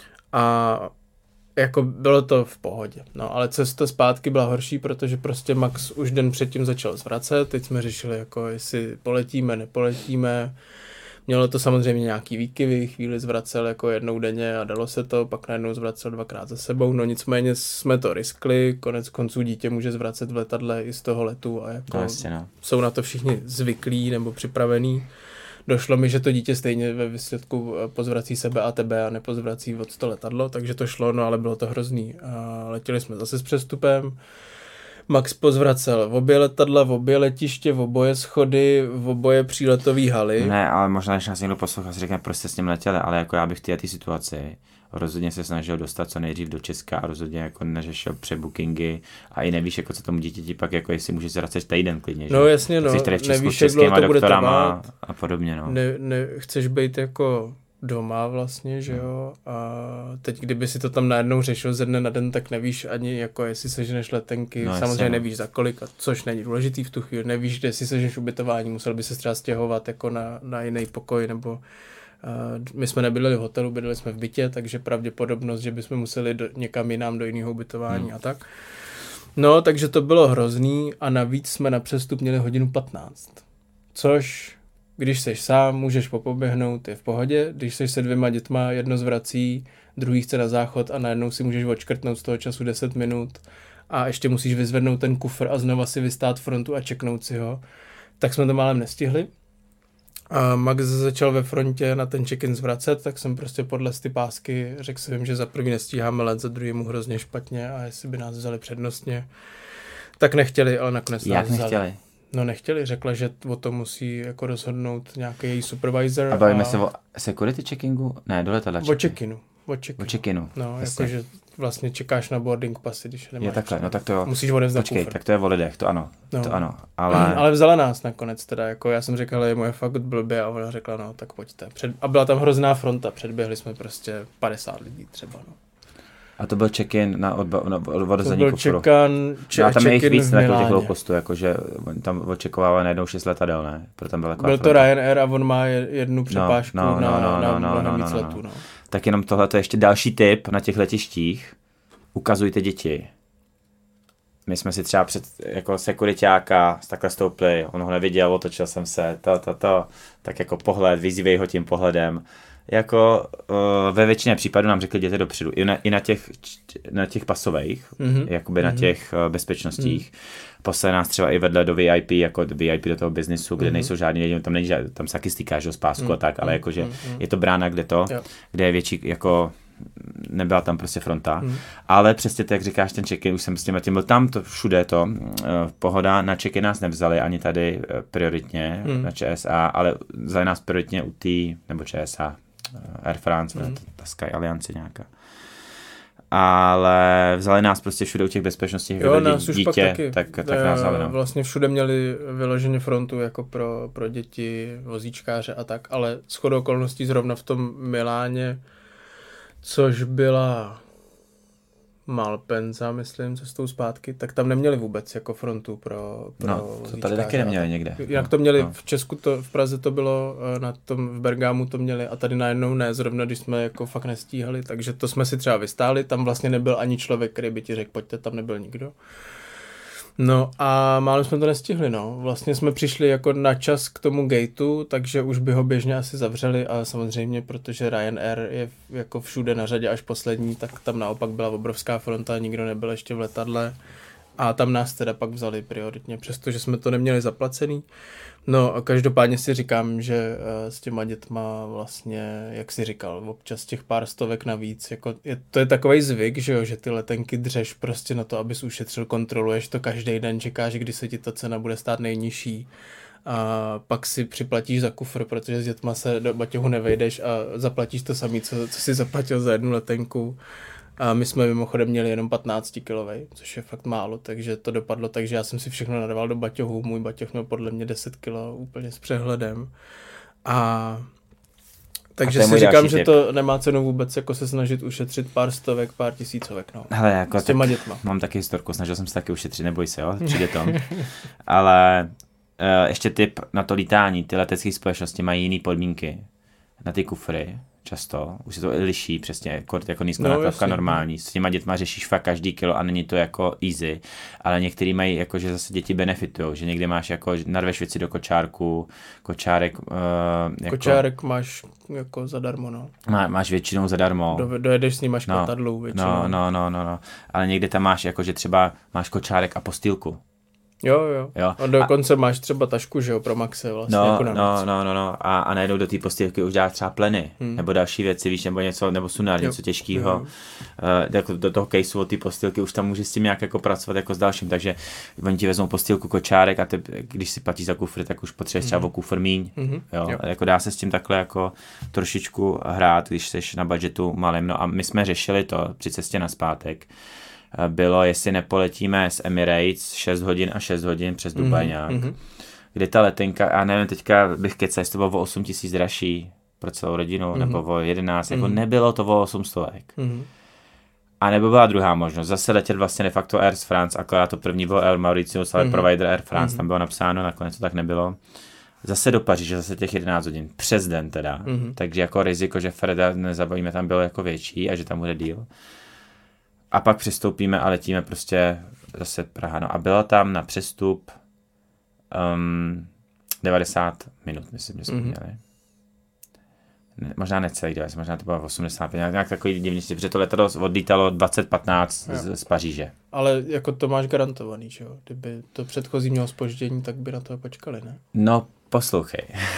a jako bylo to v pohodě, no ale cesta zpátky byla horší, protože prostě Max už den předtím začal zvracet, teď jsme řešili jako jestli poletíme, nepoletíme, mělo to samozřejmě nějaký výkyvy, chvíli zvracel jako jednou denně a dalo se to, pak najednou zvracel dvakrát za sebou, no nicméně jsme to riskli, konec konců dítě může zvracet v letadle i z toho letu a jako no, jasně, no. Jsou na to všichni zvyklí nebo připravení. Došlo mi, že to dítě stejně ve výsledku pozvrací sebe a tebe a nepozvrací od to letadlo, takže to šlo, no ale bylo to hrozný. A letěli jsme zase s přestupem. Max pozvracel v obě letadla, v obě letiště, v oboje schody, v oboje příletové haly. Ne, ale možná, když nás někdo poslouchá, si řekne, proč jste s ním letěli, ale jako já bych v té situaci rozhodně se snažil dostat co nejdřív do Česka a rozhodně jako neřešil přebookingy a i nevíš, jako co tomu dítěti pak, jako jestli můžeš vracet týden klidně, že? No jasně, no, tady v Česku, nevíš, jak dlouho to bude trvat. A podobně, no. Ne, ne, chceš být jako doma vlastně, že jo, a teď kdyby si to tam najednou řešil ze dne na den, tak nevíš ani jako jestli seženeš letenky, no, samozřejmě jasně, nevíš za kolik, a což není důležitý v tu chvíli, nevíš, kde si seženeš ubytování, musel by se třeba stěhovat jako na, na jiný pokoj, nebo uh, my jsme nebydleli v hotelu, bydleli jsme v bytě, takže pravděpodobnost, že bychom museli do, někam jinam do jiného ubytování hmm. a tak. No, takže to bylo hrozný a navíc jsme na přestup měli hodinu patnáct, což když seš sám, můžeš popoběhnout, je v pohodě. Když seš se dvěma dětma, jedno zvrací, druhý chce na záchod a najednou si můžeš odškrtnout z toho času deset minut a ještě musíš vyzvednout ten kufr a znova si vystát frontu a čeknout si ho, tak jsme to málem nestihli. A Max začal ve frontě na ten check-in zvracet, tak jsem prostě podle ty pásky řekl jsem, že za první nestíháme let, za druhý mu hrozně špatně a jestli by nás vzali přednostně. Tak nechtěli, ale nakonec Jak nás vzali. nechtěli? No nechtěli, řekla, že o to musí jako rozhodnout nějaký její supervisor. A bavíme a... se o security checkingu? Ne, do letadla. O check-inu. O check-inu. O check-inu. No, Jasně. jakože vlastně čekáš na boarding pasy, když nemáš. Je takhle, třeba. no tak to jo. Musíš odevzdat Počkej, kufr. tak to je o lidech, to ano, No. to ano, ale... ale vzala nás nakonec teda, jako já jsem řekl, je moje fakt blbě a ona řekla, no tak pojďte. Před... A byla tam hrozná fronta, předběhli jsme prostě padesát lidí třeba, no. A to byl check-in na, odba- na odvození To byl kufru. čekan, če- A tam je jich check-in víc v na takových Miláně. low costu, jakože oni tam očekovává najednou šest letadel, ne? Proto tam byla taková Byl to fronta. Ryanair a on má jednu přepážku no, no, na, no, na no, no, mnohem no, víc no, no. letů, no. Tak jenom tohle je ještě další tip na těch letištích. Ukazujte děti. My jsme si třeba před jako sekuriťáka takhle stoupli, on ho neviděl, otočil jsem se, to, to, to, tak jako pohled, vyzývej ho tím pohledem. Jako uh, ve většině případů nám řekli jděte dopředu, i na, i na těch, na těch pasových, Mhm. jakoby Mhm. na těch uh, bezpečnostích. Poslali nás třeba i vedle do V I P, jako do V I P do toho biznisu, kde Mhm. nejsou žádný lidi, tam není žádný, tam se taky stýkáš z pásku a tak, ale Mhm. jakože Mhm. je to brána, kde to, Jo. kde je větší, jako nebyla tam prostě fronta, Mhm. ale přesně tak, jak říkáš, ten check-in, už jsem s tím tím byl tam, to všude to, uh, pohoda, na check-in nás nevzali ani tady uh, prioritně, Mhm. na Č S A, ale vzali nás prioritně u té, nebo Č S A, uh, Air France, Mhm. ne, ta, ta Sky Alliance nějaká. Ale vzali nás prostě všude u těch bezpečnostních, Jo, dítě, nás už pak taky. tak, tak nás vzali, no. Vlastně všude měli vyloženě frontu jako pro, pro děti, vozíčkáře a tak, ale shodou okolností zrovna v tom Miláně, což byla Malpensa, myslím, cestou zpátky, tak tam neměli vůbec jako frontu pro, pro No, to tady vozíčkáře taky a neměli tak. někde. Jinak No, to měli, no. v Česku to, v Praze to bylo, eh, na tom, v Bergámu to měli a tady najednou ne, zrovna když jsme jako fakt nestíhali, takže to jsme si třeba vystáli, tam vlastně nebyl ani člověk, který by ti řekl, pojďte, tam nebyl nikdo. No a málo jsme to nestihli, no. Vlastně jsme přišli jako na čas k tomu gateu, takže už by ho běžně asi zavřeli, ale samozřejmě, protože Ryanair je jako všude na řadě až poslední, tak tam naopak byla obrovská fronta, nikdo nebyl ještě v letadle a tam nás teda pak vzali prioritně, přestože jsme to neměli zaplacený. No a každopádně si říkám, že uh, s těma dětma vlastně, jak si říkal, občas těch pár stovek navíc, jako je, to je takovej zvyk, že jo, že ty letenky dřeš prostě na to, abys ušetřil, kontroluješ to každý den, čekáš, kdy se ti ta cena bude stát nejnižší a pak si připlatíš za kufr, protože s dětma se do baťohu nevejdeš a zaplatíš to samý, co, co si zaplatil za jednu letenku. A my jsme mimochodem měli jenom patnáctikilovej, což je fakt málo, takže to dopadlo tak, že já jsem si všechno nadával do baťohu, můj baťoh měl podle mě deset kilo úplně s přehledem. A takže A to je si můj říkám, další že tip. to nemá cenu vůbec jako se snažit ušetřit pár stovek, pár tisícovek, no. Hele, jako S těma tak dětma. Mám taky historku, snažil jsem se taky ušetřit, neboj se, jo, přijde to. Ale uh, ještě tip na to lítání, ty letecké společnosti mají jiné podmínky na ty kufry, často, už se to liší přesně, jako, jako nízkonákladka No, normální, s těma dětma řešíš fakt každý kilo a není to jako easy, ale některý mají jako, že zase děti benefitujou, že někde máš jako, narveš věci do kočárku, kočárek, uh, jako, Kočárek máš jako zadarmo, no. má, máš většinou zadarmo. Do, dojedeš s ním až k No, letadlu většinou. No, no, no, no, no, ale někde tam máš jako, že třeba máš kočárek a postýlku. Jo, jo. Jo. A dokonce a... máš třeba tašku, že jo, pro Maxe vlastně. No, jako no, navíc. no, no, no, a, a najednou do té postýlky už dáš třeba pleny, hmm. nebo další věci, víš, nebo něco, nebo sunar, Jo. něco těžkého. Jo. Uh, jako do toho caseu od té postýlky už tam můžeš s tím nějak jako pracovat jako s dalším, takže oni ti vezmou postýlku, kočárek a ty, když si platíš za kufr, tak už potřebuješ třeba o kufr míň. Mhm. Jo. Jo. Jako dá se s tím takhle jako trošičku hrát, když jsi na budgetu malým. No a my jsme řešili to při cestě nazpátek. Bylo, jestli nepoletíme z Emirates šest hodin a šest hodin přes Dubaj nějak, mhm. kde ta letenka, a nevím, teďka bych kecal, jestli to bylo o osm tisíc dražší pro celou rodinu, Mhm. nebo o jedenáct, jako Mhm. nebylo to o osm stovek. Mhm. A nebo byla druhá možnost, zase letět vlastně de facto Air France, akorát to první bylo Air Mauritius, ale Mhm. provider Air France, Mhm. tam bylo napsáno, nakonec to tak nebylo. Zase do Paříže, zase těch jedenáct hodin, přes den teda, Mhm. takže jako riziko, že Freda nezabavíme, tam bylo jako větší a že tam bude díl. A pak přistoupíme a letíme prostě zase Praha. No a byla tam na přestup um, devadesát minut, myslím, že jsme Mhm. měli. ne, možná necelý dvacet, možná to bylo osmdesát pět, nějak takový divný, protože to letadlo odlítalo dvacet patnáct z, z Paříže. Ale jako to máš garantovaný, že jo? Kdyby to předchozí mělo zpoždění, tak by na to počkali, ne? No, poslouchej.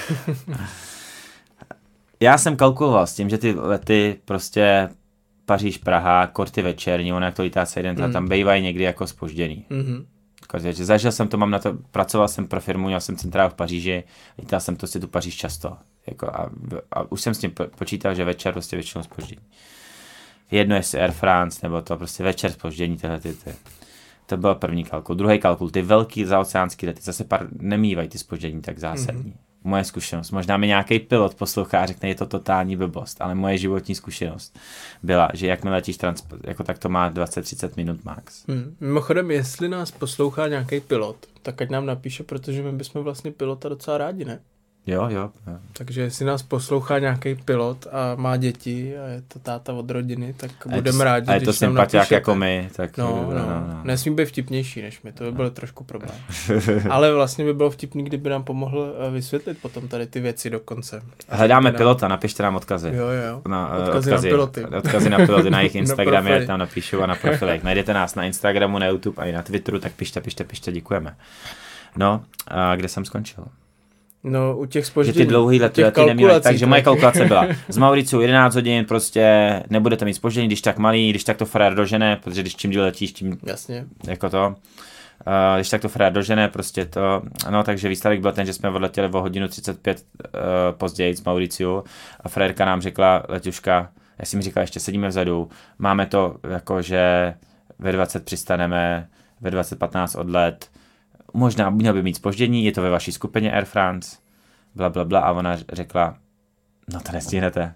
Já jsem kalkuloval s tím, že ty lety prostě Paříž, Praha, korty večerní, ono jak to lítá celý den, mm. tam bývají někdy jako zpožděný. Mm-hmm. Zažil jsem to, mám na to, pracoval jsem pro firmu, měl jsem centrálu v Paříži, lítal jsem to si tu Paříž často. Jako a, a už jsem s tím počítal, že večer prostě většinou zpoždění. Jedno jestli Air France, nebo to prostě večer zpoždění, tyhle ty, ty. To byl první kalkul. Druhý kalkul, ty velký zaoceánský lety, zase pár nemývají ty zpoždění tak zásadní. Mm-hmm. Moje zkušenost, možná mi nějaký pilot poslouchá a řekne, je to totální blbost, ale moje životní zkušenost byla, že jakmile letíš transport, jako tak to má dvacet třicet minut max. Hmm. Mimochodem, jestli nás poslouchá nějaký pilot, tak ať nám napíše, protože my bychom vlastně pilota docela rádi, ne? Jo, jo, jo. Takže jestli nás poslouchá nějaký pilot a má děti a je to táta od rodiny, tak budeme rádi, a je to když nám sympatiák jako my. Tak no, no, no, no. Nesmí být vtipnější než my, to by bylo trošku problém. Ale vlastně by bylo vtipný, kdyby nám pomohl vysvětlit potom tady ty věci dokonce. Hledáme nám... pilota, napište nám odkazy. Jo, jo. Na, odkazy, odkazy na piloty. Odkazy na piloty na jejich Instagramy, jak tam napíšou a na profilech. Najdete nás na Instagramu, na YouTube a i na Twitteru, tak pište, pište, pište, děkujeme. No, a kde jsem skončil? No, u těch zpoždění. Že ty dlouhý lety, lety neměly, takže moje kalkulace byla z Mauriciu jedenáct hodin, prostě nebudete mít zpoždění, když tak malý, když tak to frér dožene, protože když čím díl letíš, tím jasně. Jako to, uh, když tak to frér dožene, prostě to, no takže výsledek byl ten, že jsme odletěli o hodinu třicet pět uh, později z Mauriciu a frérka nám řekla, letuška, já si mi říkala, ještě sedíme vzadu, máme to jako, že ve dvacet přistaneme, ve dvacet patnáct odlet, možná měl by mít zpoždění, je to ve vaší skupině Air France, bla, bla, bla, a ona řekla, no to nestihnete.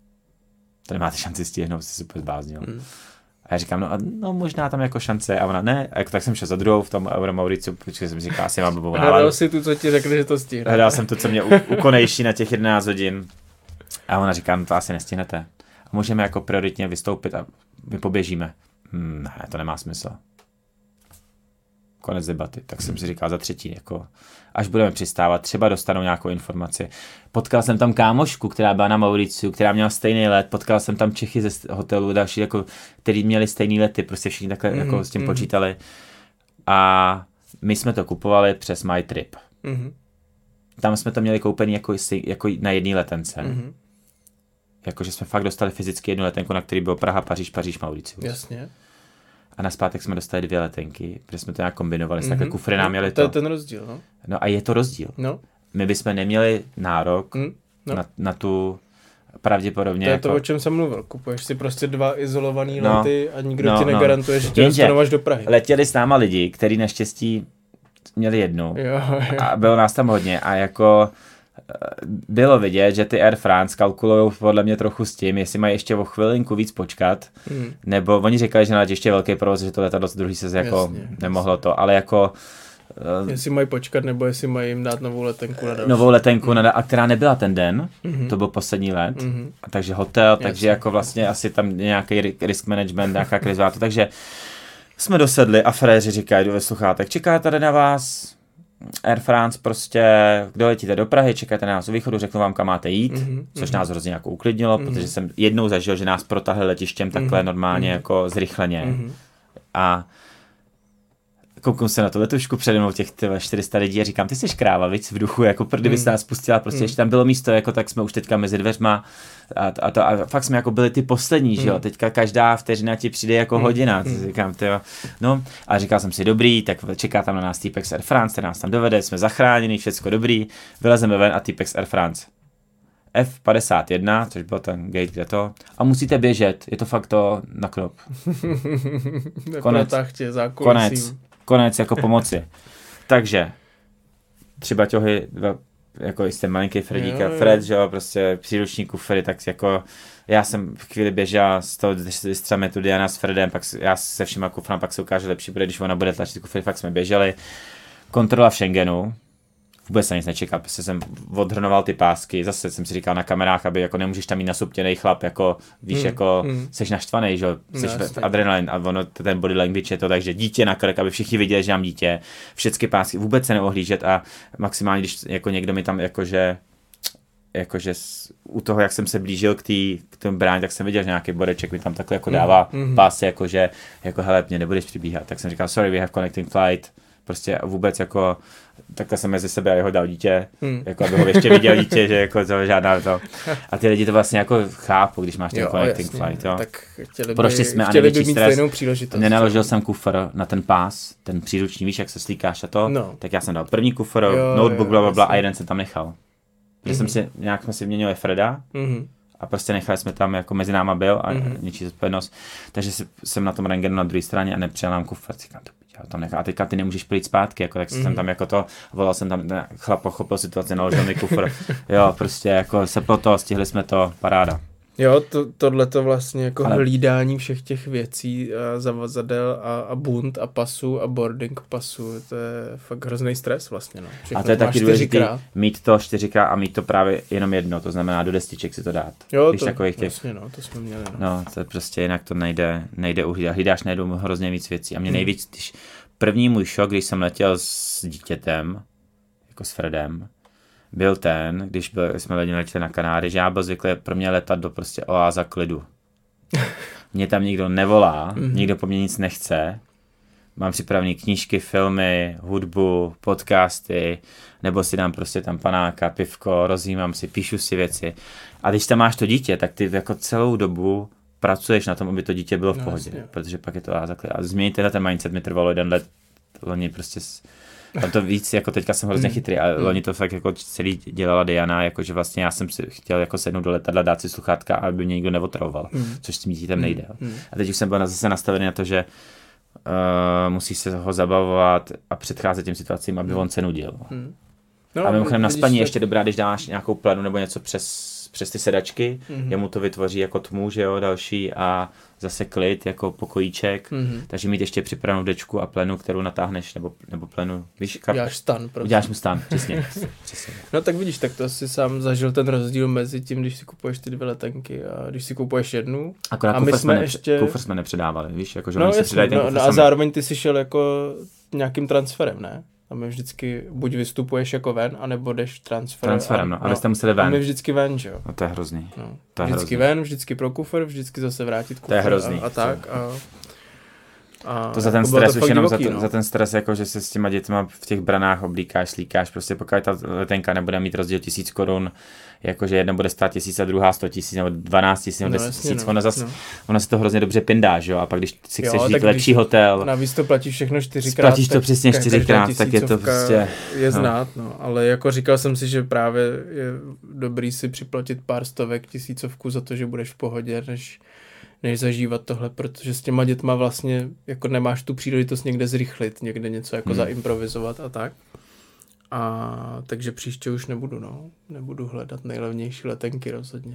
To nemáte šanci stihnout, jsi si úplně zbláznil. Hmm. A já říkám, no, no možná tam jako šance, a ona ne, a jako, tak jsem šel za druhou v tom Euro Mauriciu, protože jsem říkal, asi mám blbou náladu. Hledal si tu, co ti řekli, že to stihne. Hledal jsem tu, co mě ukonejší na těch jedenáct hodin. A ona říká, no to asi nestihnete. A můžeme jako prioritně vystoupit a my poběžíme. Hmm, ne, to nemá smysl. Konec debaty, tak jsem si říkal za třetí, jako až budeme přistávat, třeba dostanou nějakou informaci. Potkal jsem tam kámošku, která byla na Mauriciu, která měla stejný let, potkal jsem tam Čechy ze hotelu, další, jako, který měli stejný lety, prostě všichni takhle mm, jako s tím mm. počítali. A my jsme to kupovali přes MyTrip. Mm. Tam jsme to měli koupený jako, jako na jedné letence. Mm. Jakože jsme fakt dostali fyzicky jednu letenku, na který bylo Praha, Paříž, Paříž, Mauricius. Jasně. A naspátek jsme dostali dvě letenky, protože jsme to nějak kombinovali, mm-hmm. takhle kufry nám měli to. To je ten rozdíl, no. No a je to rozdíl. No. My bychom neměli nárok mm, no. na, na tu pravděpodobně. To je jako... to, o čem jsem mluvil. Kupuješ si prostě dva izolovaný no. lety a nikdo no, ti negarantuje, no. že tě dostanou až do Prahy. Letěli s náma lidi, kteří naštěstí měli jednu. Jo, jo. A bylo nás tam hodně a jako bylo vidět, že ty Air France kalkulujou podle mě trochu s tím, jestli mají ještě o chvilinku víc počkat, hmm. nebo oni říkali, že na letiště velký provoz, že to letadlo z druhý se jako jasně, nemohlo jasně. to, ale jako jestli mají počkat, nebo jestli mají jim dát novou letenku na další. Novou letenku, hmm. na, a která nebyla ten den, hmm. to byl poslední let, hmm. a takže hotel, jasně. takže jako vlastně asi tam nějaký risk management, nějaká krizová to, takže jsme dosedli a fréři říkají do sluchátek, čeká tady na vás Air France, prostě, kdo letíte do Prahy, čekáte na nás u východu, řeknu vám, kam máte jít, mm-hmm. což nás hrozně jako uklidnilo, mm-hmm. protože jsem jednou zažil, že nás protahli letištěm takhle mm-hmm. normálně mm-hmm. jako zrychleně. Mm-hmm. A koukám se na tu letušku přede mnou těch čtyři sta lidí a říkám, ty jsi kráva, víc v duchu, jako kdyby se nás pustila, prostě mm. ještě tam bylo místo, jako tak jsme už teďka mezi dveřma a, a, to, a fakt jsme jako byli ty poslední, mm. že jo, teďka každá vteřina ti přijde jako mm. hodina, mm. říkám, tyjo, no a říkal jsem si, dobrý, tak čeká tam na nás týpek z Air France, ten nás tam dovede, jsme zachráněni, všecko dobrý, vylezeme ven a týpek z Air France. F padesát jedna, což byl ten gate, kde to, a musíte běžet, je to fakt to na knop. Konec, konec. Konec jako pomoci. Takže tři baťohy, dva, jako jste malinký Fredík a Fred, že jo, prostě příručníků Freddy, tak jako já jsem v chvíli běžel z toho, když vystřelíme tu Diana s Fredem, pak já se všema kuframa, pak se ukáže lepší bude, když ona bude tlačit kufry, fakt jsme běželi. Kontrola v Schengenu, vůbec se nic nečeká, prostě jsem odhrnoval ty pásky, zase jsem si říkal na kamerách, aby jako nemůžeš tam mít nasuptěnej chlap, jako víš, mm, jako mm. seš naštvanej, že jo, seš no, adrenalin a ono, ten body language je to, takže dítě na krk, aby všichni viděli, že mám dítě, všechny pásky, vůbec se neohlížet a maximálně, když jako někdo mi tam jakože jakože s, u toho, jak jsem se blížil k, tý, k tomu bráně, tak jsem viděl, že nějaký boreček mi tam takhle jako dává mm-hmm. pás, jakože, jako hele, mě nebudeš přibíhat. Tak jsem říkal, sorry, we have connecting flight. Prostě vůbec jako, takhle jsem mezi sebe a jeho dal dítě, mm. jako aby ho ještě viděl dítě, že jako to žádná to. A ty lidi to vlastně jako chápou, když máš ten jo, connecting jasně, flight, jo. Tak chtěli by, Prošli jsme chtěli by mít stejnou příležitost. Nenaložil jsem kufr na ten pás, ten příruční, víš, jak se slíkáš a to, no. Tak já jsem dal první kufr, jo, notebook, jo, blablabla a jeden jsem tam nechal. Že mm-hmm. jsem si, nějak jsme si měnili Freda mm-hmm. a prostě nechali jsme tam, jako mezi náma byl a mm-hmm. něčí zodpovědnost. Takže jsem na tom rentgenu na druhé straně a nepřijel nám kufr. Říkám, to tam nechá. A teďka ty nemůžeš plít zpátky, jako, tak mm-hmm. jsem tam jako to, volal jsem tam, chlap pochopil situaci, naložil mi kufr. Jo, prostě jako seplo to, stihli jsme to, paráda. Jo, to, tohle to vlastně jako ale... hlídání všech těch věcí, a zavazadel a, a bunt a pasu a boarding pasu, to je fakt hrozný stres vlastně, no. Všechno a to je taky důležité mít to čtyřikrát a mít to právě jenom jedno, to znamená do destiček si to dát. Jo, Víš, to těch... vlastně, no, to jsme měli, no. No, to je prostě jinak to nejde, nejde uhlídat. Hlídáš najednou hrozně víc věcí a mě hmm. nejvíc, když první můj šok, když jsem letěl s dítětem, jako s Fredem, byl ten, když byl, jsme letěli na Kanáry, že já byl zvyklý pro mě letat do prostě oáza klidu. Mě tam nikdo nevolá, mm-hmm. nikdo po mně nic nechce. Mám připravené knížky, filmy, hudbu, podcasty, nebo si dám prostě tam panáka, pivko, rozjímám si, píšu si věci. A když tam máš to dítě, tak ty jako celou dobu pracuješ na tom, aby to dítě bylo v pohodě, no, protože pak je to oáza klidu. A změnit teda ten mindset mi trvalo jeden let, loni prostě... Tam to víc, jako teďka jsem hrozně chytrý, ale mm. loni to fakt jako celý dělala Diana, jakože vlastně já jsem si chtěl jako sednout do letadla, dát si sluchátka, aby mě nikdo neotravoval, mm. což s tím dítětem nejde. Mm. A teď už jsem byl zase nastavený na to, že uh, musíš se ho zabavovat a předcházet těm situacím, aby mm. on se nudil. Mm. No, a mimochodem na spaní se... ještě dobrá, když dáš nějakou plenu nebo něco přes, přes ty sedačky, mm. jemu to vytvoří jako tmu, že jo, další a zase klid, jako pokojíček, mm-hmm. takže mít ještě připravenou dečku a plenu, kterou natáhneš, nebo, nebo plenu, víš, kap... Uděláš stan, prostě. Uděláš mu stan, přesně, přesně. No tak vidíš, tak to si sám zažil ten rozdíl mezi tím, když si kupuješ ty dvě letenky a když si kupuješ jednu. Akorát a my jsme nepře- ještě... kufr jsme nepředávali, víš, jako, že no, oni jasný, si předají ten no, kufr no, a sami. zároveň ty si šel jako nějakým transferem, ne? A my vždycky buď vystupuješ jako ven, anebo jdeš transferem. Transferem, no, a, a vy jste museli ven. A my vždycky ven, že jo. No to je hrozný. No. To je vždycky hrozný. ven, vždycky pro kufr, vždycky zase vrátit kufr. To je hrozný. A, a tak. A, a to za ten stres, už jenom divoký, za, ten, no. za ten stres, jako že se s těma dětma v těch branách oblíkáš, slíkáš, prostě pokud ta letenka nebude mít rozdíl tisíc korun, jakože jedna bude stát tisíc a druhá sto tisíc, nebo dvanáct tisíc, nebo deset tisíc, no, ona, zas, no. ona se to hrozně dobře pindá, že jo, a pak když si chceš jít lepší hotel. Navíc to platíš všechno čtyřikrát. Platíš to přesně čtyřikrát, tak je to prostě. Je znát, no. no, ale jako říkal jsem si, že právě je dobrý si připlatit pár stovek, tisícovku za to, že budeš v pohodě, než než zažívat tohle, protože s těma dětma vlastně jako nemáš tu příležitost někde zrychlit, někde něco jako hmm. zaimprovizovat a tak. A takže příště už nebudu, no. Nebudu hledat nejlevnější letenky rozhodně.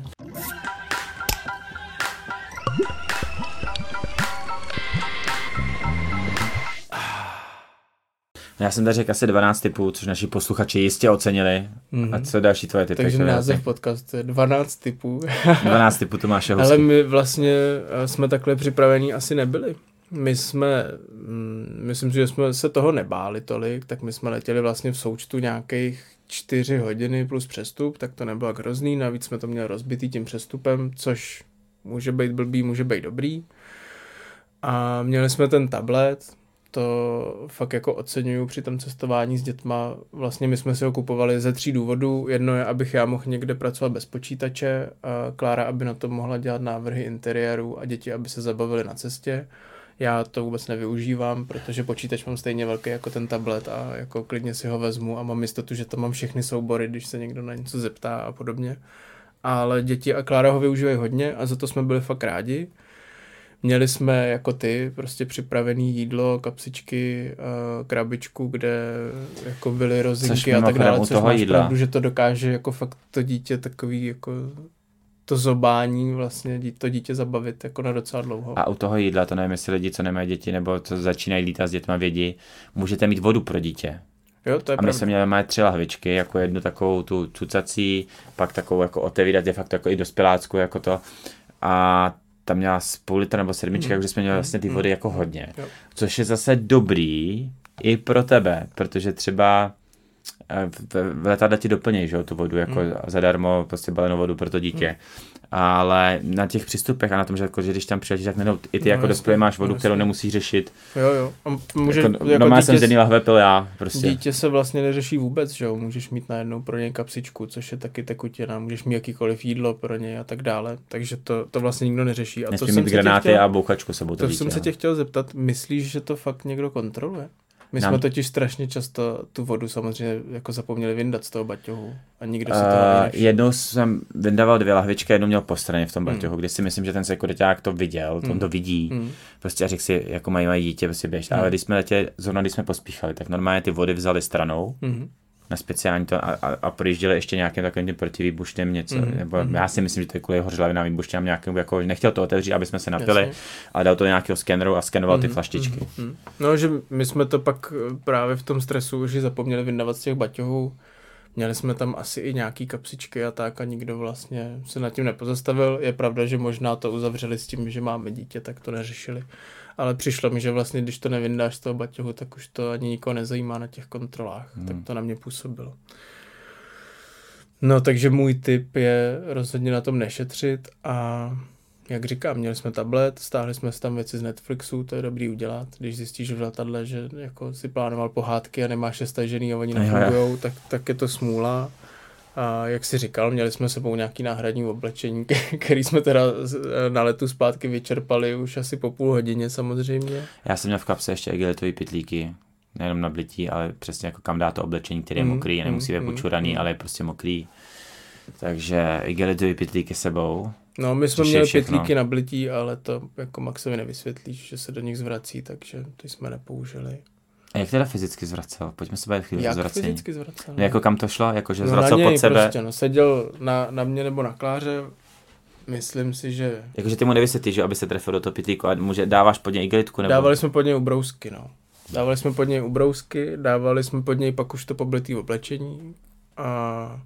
Já jsem tady řekl asi dvanáct typů, což naši posluchači jistě ocenili. Mm-hmm. A co další tvoje typy? Takže název podcastu je dvanáct typů. dvanáct typů Tomáše Husky. Ale my vlastně jsme takhle připravení asi nebyli. My jsme, myslím si, že jsme se toho nebáli tolik, tak my jsme letěli vlastně v součtu nějakých čtyři hodiny plus přestup, tak to nebylo hrozný, navíc jsme to měli rozbitý tím přestupem, což může být blbý, může být dobrý. A měli jsme ten tablet, to fakt jako oceňuju při tom cestování s dětma. Vlastně my jsme si ho kupovali ze tří důvodů. Jedno je, abych já mohl někde pracovat bez počítače, a Klára, aby na to mohla dělat návrhy interiéru a děti, aby se zabavili na cestě. Já to vůbec nevyužívám, protože počítač mám stejně velký jako ten tablet a jako klidně si ho vezmu a mám jistotu, že tam mám všechny soubory, když se někdo na něco zeptá a podobně. Ale děti a Klára ho využívají hodně a za to jsme byli fakt rádi. Měli jsme jako ty prostě připravený jídlo, kapsičky, krabičku, kde jako byly rozinky a tak dále, což máš jídla. Pravdu, že to dokáže jako fakt to dítě takový jako to zobání vlastně to dítě zabavit jako na docela dlouho. A u toho jídla, to nevím, jestli lidi, co nemají děti nebo co začínají lítat s dětma vědí, můžete mít vodu pro dítě. Jo, to je a my jsme měli máme tři lahvičky, jako jednu takovou tu cucací, pak takovou jako otevírat, de facto jako i dospělácku, jako to. A tam měla půl litra nebo sedmička, mm. takže jsme měli vlastně ty vody jako hodně. Jo. Což je zase dobrý i pro tebe, protože třeba v, v letadle ti doplnějí, že jo, tu vodu, jako mm. zadarmo, prostě balenou vodu pro to dítě. Mm. Ale na těch přístupech a na tom, že, jako, že když tam přiletíš, tak nenou, i ty no, jako dospělý máš vodu, no, kterou nemusíš řešit. Jo, jo. A může, jako, jako no, dítě, jsem z jedný lahve pil já, prostě. Dítě se vlastně neřeší vůbec, že jo, můžeš mít najednou pro něj kapsičku, což je taky tekutina, můžeš mít jakýkoliv jídlo pro něj a tak dále, takže to, to vlastně nikdo neřeší. A Nesmí to jsem mít granáty chtěl, a bouchačku sebou to, to dítě. jsem se no. tě chtěl zeptat, myslíš, že to fakt někdo kontroluje? My Nám... jsme totiž strašně často tu vodu samozřejmě jako zapomněli vyndat z toho baťohu a nikdo si to uh, nevšiml. Jednou jsem vyndával dvě lahvičky, jednou měl po straně v tom baťohu, hmm. kde si myslím, že ten sekuriťák to viděl, hmm. on to vidí, hmm. prostě a řekl si, jako mají, mají dítě, prostě běž. Hmm. Ale když jsme letěli, zrovna když jsme pospíchali, tak normálně ty vody vzali stranou, hmm. na speciální to a, a, a projížděli ještě nějakým takovým tím protivýbušným něco, mm, nebo mm. já si myslím, že to je kvůli hořlavinám výbušným nějakým, jako nechtěl to otevřít, aby jsme se napili, jasně. Ale dal to do nějakého skeneru a skenoval mm, ty flaštičky. Mm, mm. No, že my jsme to pak právě v tom stresu už zapomněli vyndavat z těch baťohů, měli jsme tam asi i nějaký kapsičky a tak a nikdo vlastně se nad tím nepozastavil. Je pravda, že možná to uzavřeli s tím, že máme dítě, tak to neřešili. Ale přišlo mi, že vlastně, když to nevyndáš z toho baťohu, tak už to ani nikoho nezajímá na těch kontrolách. Hmm. Tak to na mě působilo. No, takže můj tip je rozhodně na tom nešetřit a jak říkám, měli jsme tablet, stáhli jsme si tam věci z Netflixu, to je dobrý udělat. Když zjistíš v letadle, že jako si plánoval pohádky a nemáš je stažený a oni nefungujou, tak, tak je to smůla. A jak jsi říkal, měli jsme sebou nějaký náhradní oblečení, který jsme teda na letu zpátky vyčerpali už asi po půl hodině samozřejmě. Já jsem měl v kapse ještě igelitový pytlíky, nejenom na blití, ale přesně jako kam dá to oblečení, které je mm, mokrý, a nemusí být mm, počuraný, mm. ale je prostě mokrý. Takže igelitový pytlíky sebou. No, my jsme měli pytlíky na blití, ale to jako Maxovi nevysvětlíš, že se do nich zvrací, takže ty jsme nepoužili. A jak teda fyzicky zvracel? Pojďme se bavit chvíli o zvracení. Jak fyzicky zvracel? No, jako kam to šlo? Jako, že no zvracel pod sebe? Prostě, no, seděl na, na mě nebo na Kláře, myslím si, že... Jakože ty mu nevysvětlíš, že aby se trefil do toho pytlíku a může, dáváš pod něj igelitku? Nebo... Dávali jsme pod něj ubrousky, no. Dávali jsme pod něj ubrousky, dávali jsme pod něj pak už to poblitý oblečení a...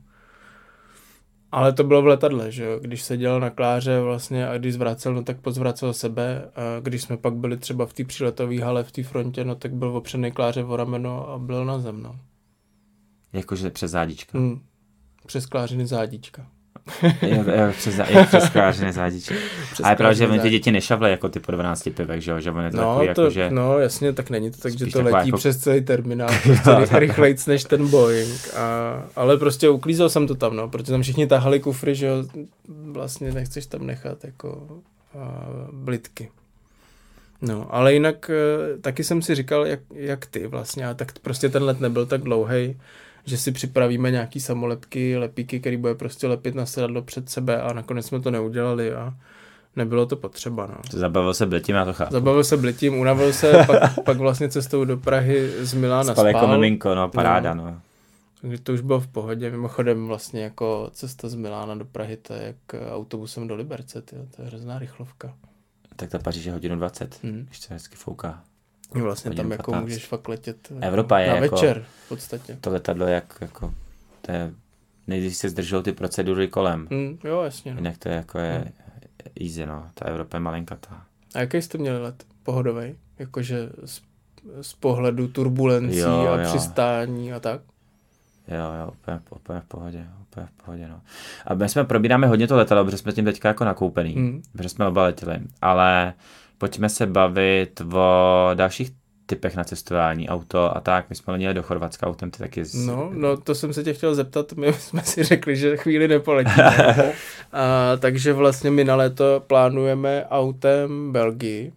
Ale to bylo v letadle, že jo, když seděl na Kláře vlastně a když zvracel, no tak pozvracel sebe a když jsme pak byli třeba v té příletové hale v té frontě, no tak byl opřený Kláře o rameno a byl na zem, no. Jakože přes zádička. Hmm. Přes Klářiny zádíčka. jo, jo, přes, jo, přes Klářiny zádíčka. A je pravda, že oni ty děti nešavly jako ty po dvanácti pivech, že jo, že on je to no, takový, to, jako, že... No jasně, tak není to tak, že to letí jako... přes celý terminál, prostě rychlejc než ten Boeing, a, ale prostě uklízel jsem to tam, no, protože tam všichni tahali kufry, že jo, vlastně nechceš tam nechat jako a, blitky. No, ale jinak taky jsem si říkal, jak, jak ty vlastně, a tak prostě ten let nebyl tak dlouhej, že si připravíme nějaký samolepky, lepíky, který bude prostě lepit na sedadlo před sebe a nakonec jsme to neudělali a nebylo to potřeba, no. Zabavil se blitím, já to chápu. Zabavil se blitím, unavil se, pak, pak vlastně cestou do Prahy z Milána spal. Spal jako miminko, no, paráda, no. no. Takže to už bylo v pohodě, mimochodem vlastně jako cesta z Milána do Prahy, to je jak autobusem do Liberce, tyjo, to je hrozná rychlovka. Tak ta Paříž je hodinu dvacet, hmm. když se hezky fouká. Vlastně tam jako patnáct. Můžeš fakt letět Evropa je na jako, večer v podstatě. To letadlo je jak, jako, to je, nejdřív se zdržou ty procedury kolem. Mm, jo, jasně. No. Jinak to je jako je mm. easy, no, ta Evropa je malinkatá. A jaký jste měli let? Pohodovej? Jakože z, z pohledu turbulencí jo, a jo. přistání a tak? Jo, jo, úplně, úplně v pohodě, úplně v pohodě, no. A my jsme probíráme hodně to letadlo, protože jsme tím teďka jako nakoupený, mm. protože jsme oba letěli, ale pojďme se bavit o dalších typech na cestování, auto a tak. My jsme letěli do Chorvatska autem, ty taky... Z... No, no, to jsem se tě chtěl zeptat, my jsme si řekli, že chvíli nepoletíme. a, takže vlastně my na léto plánujeme autem Belgii,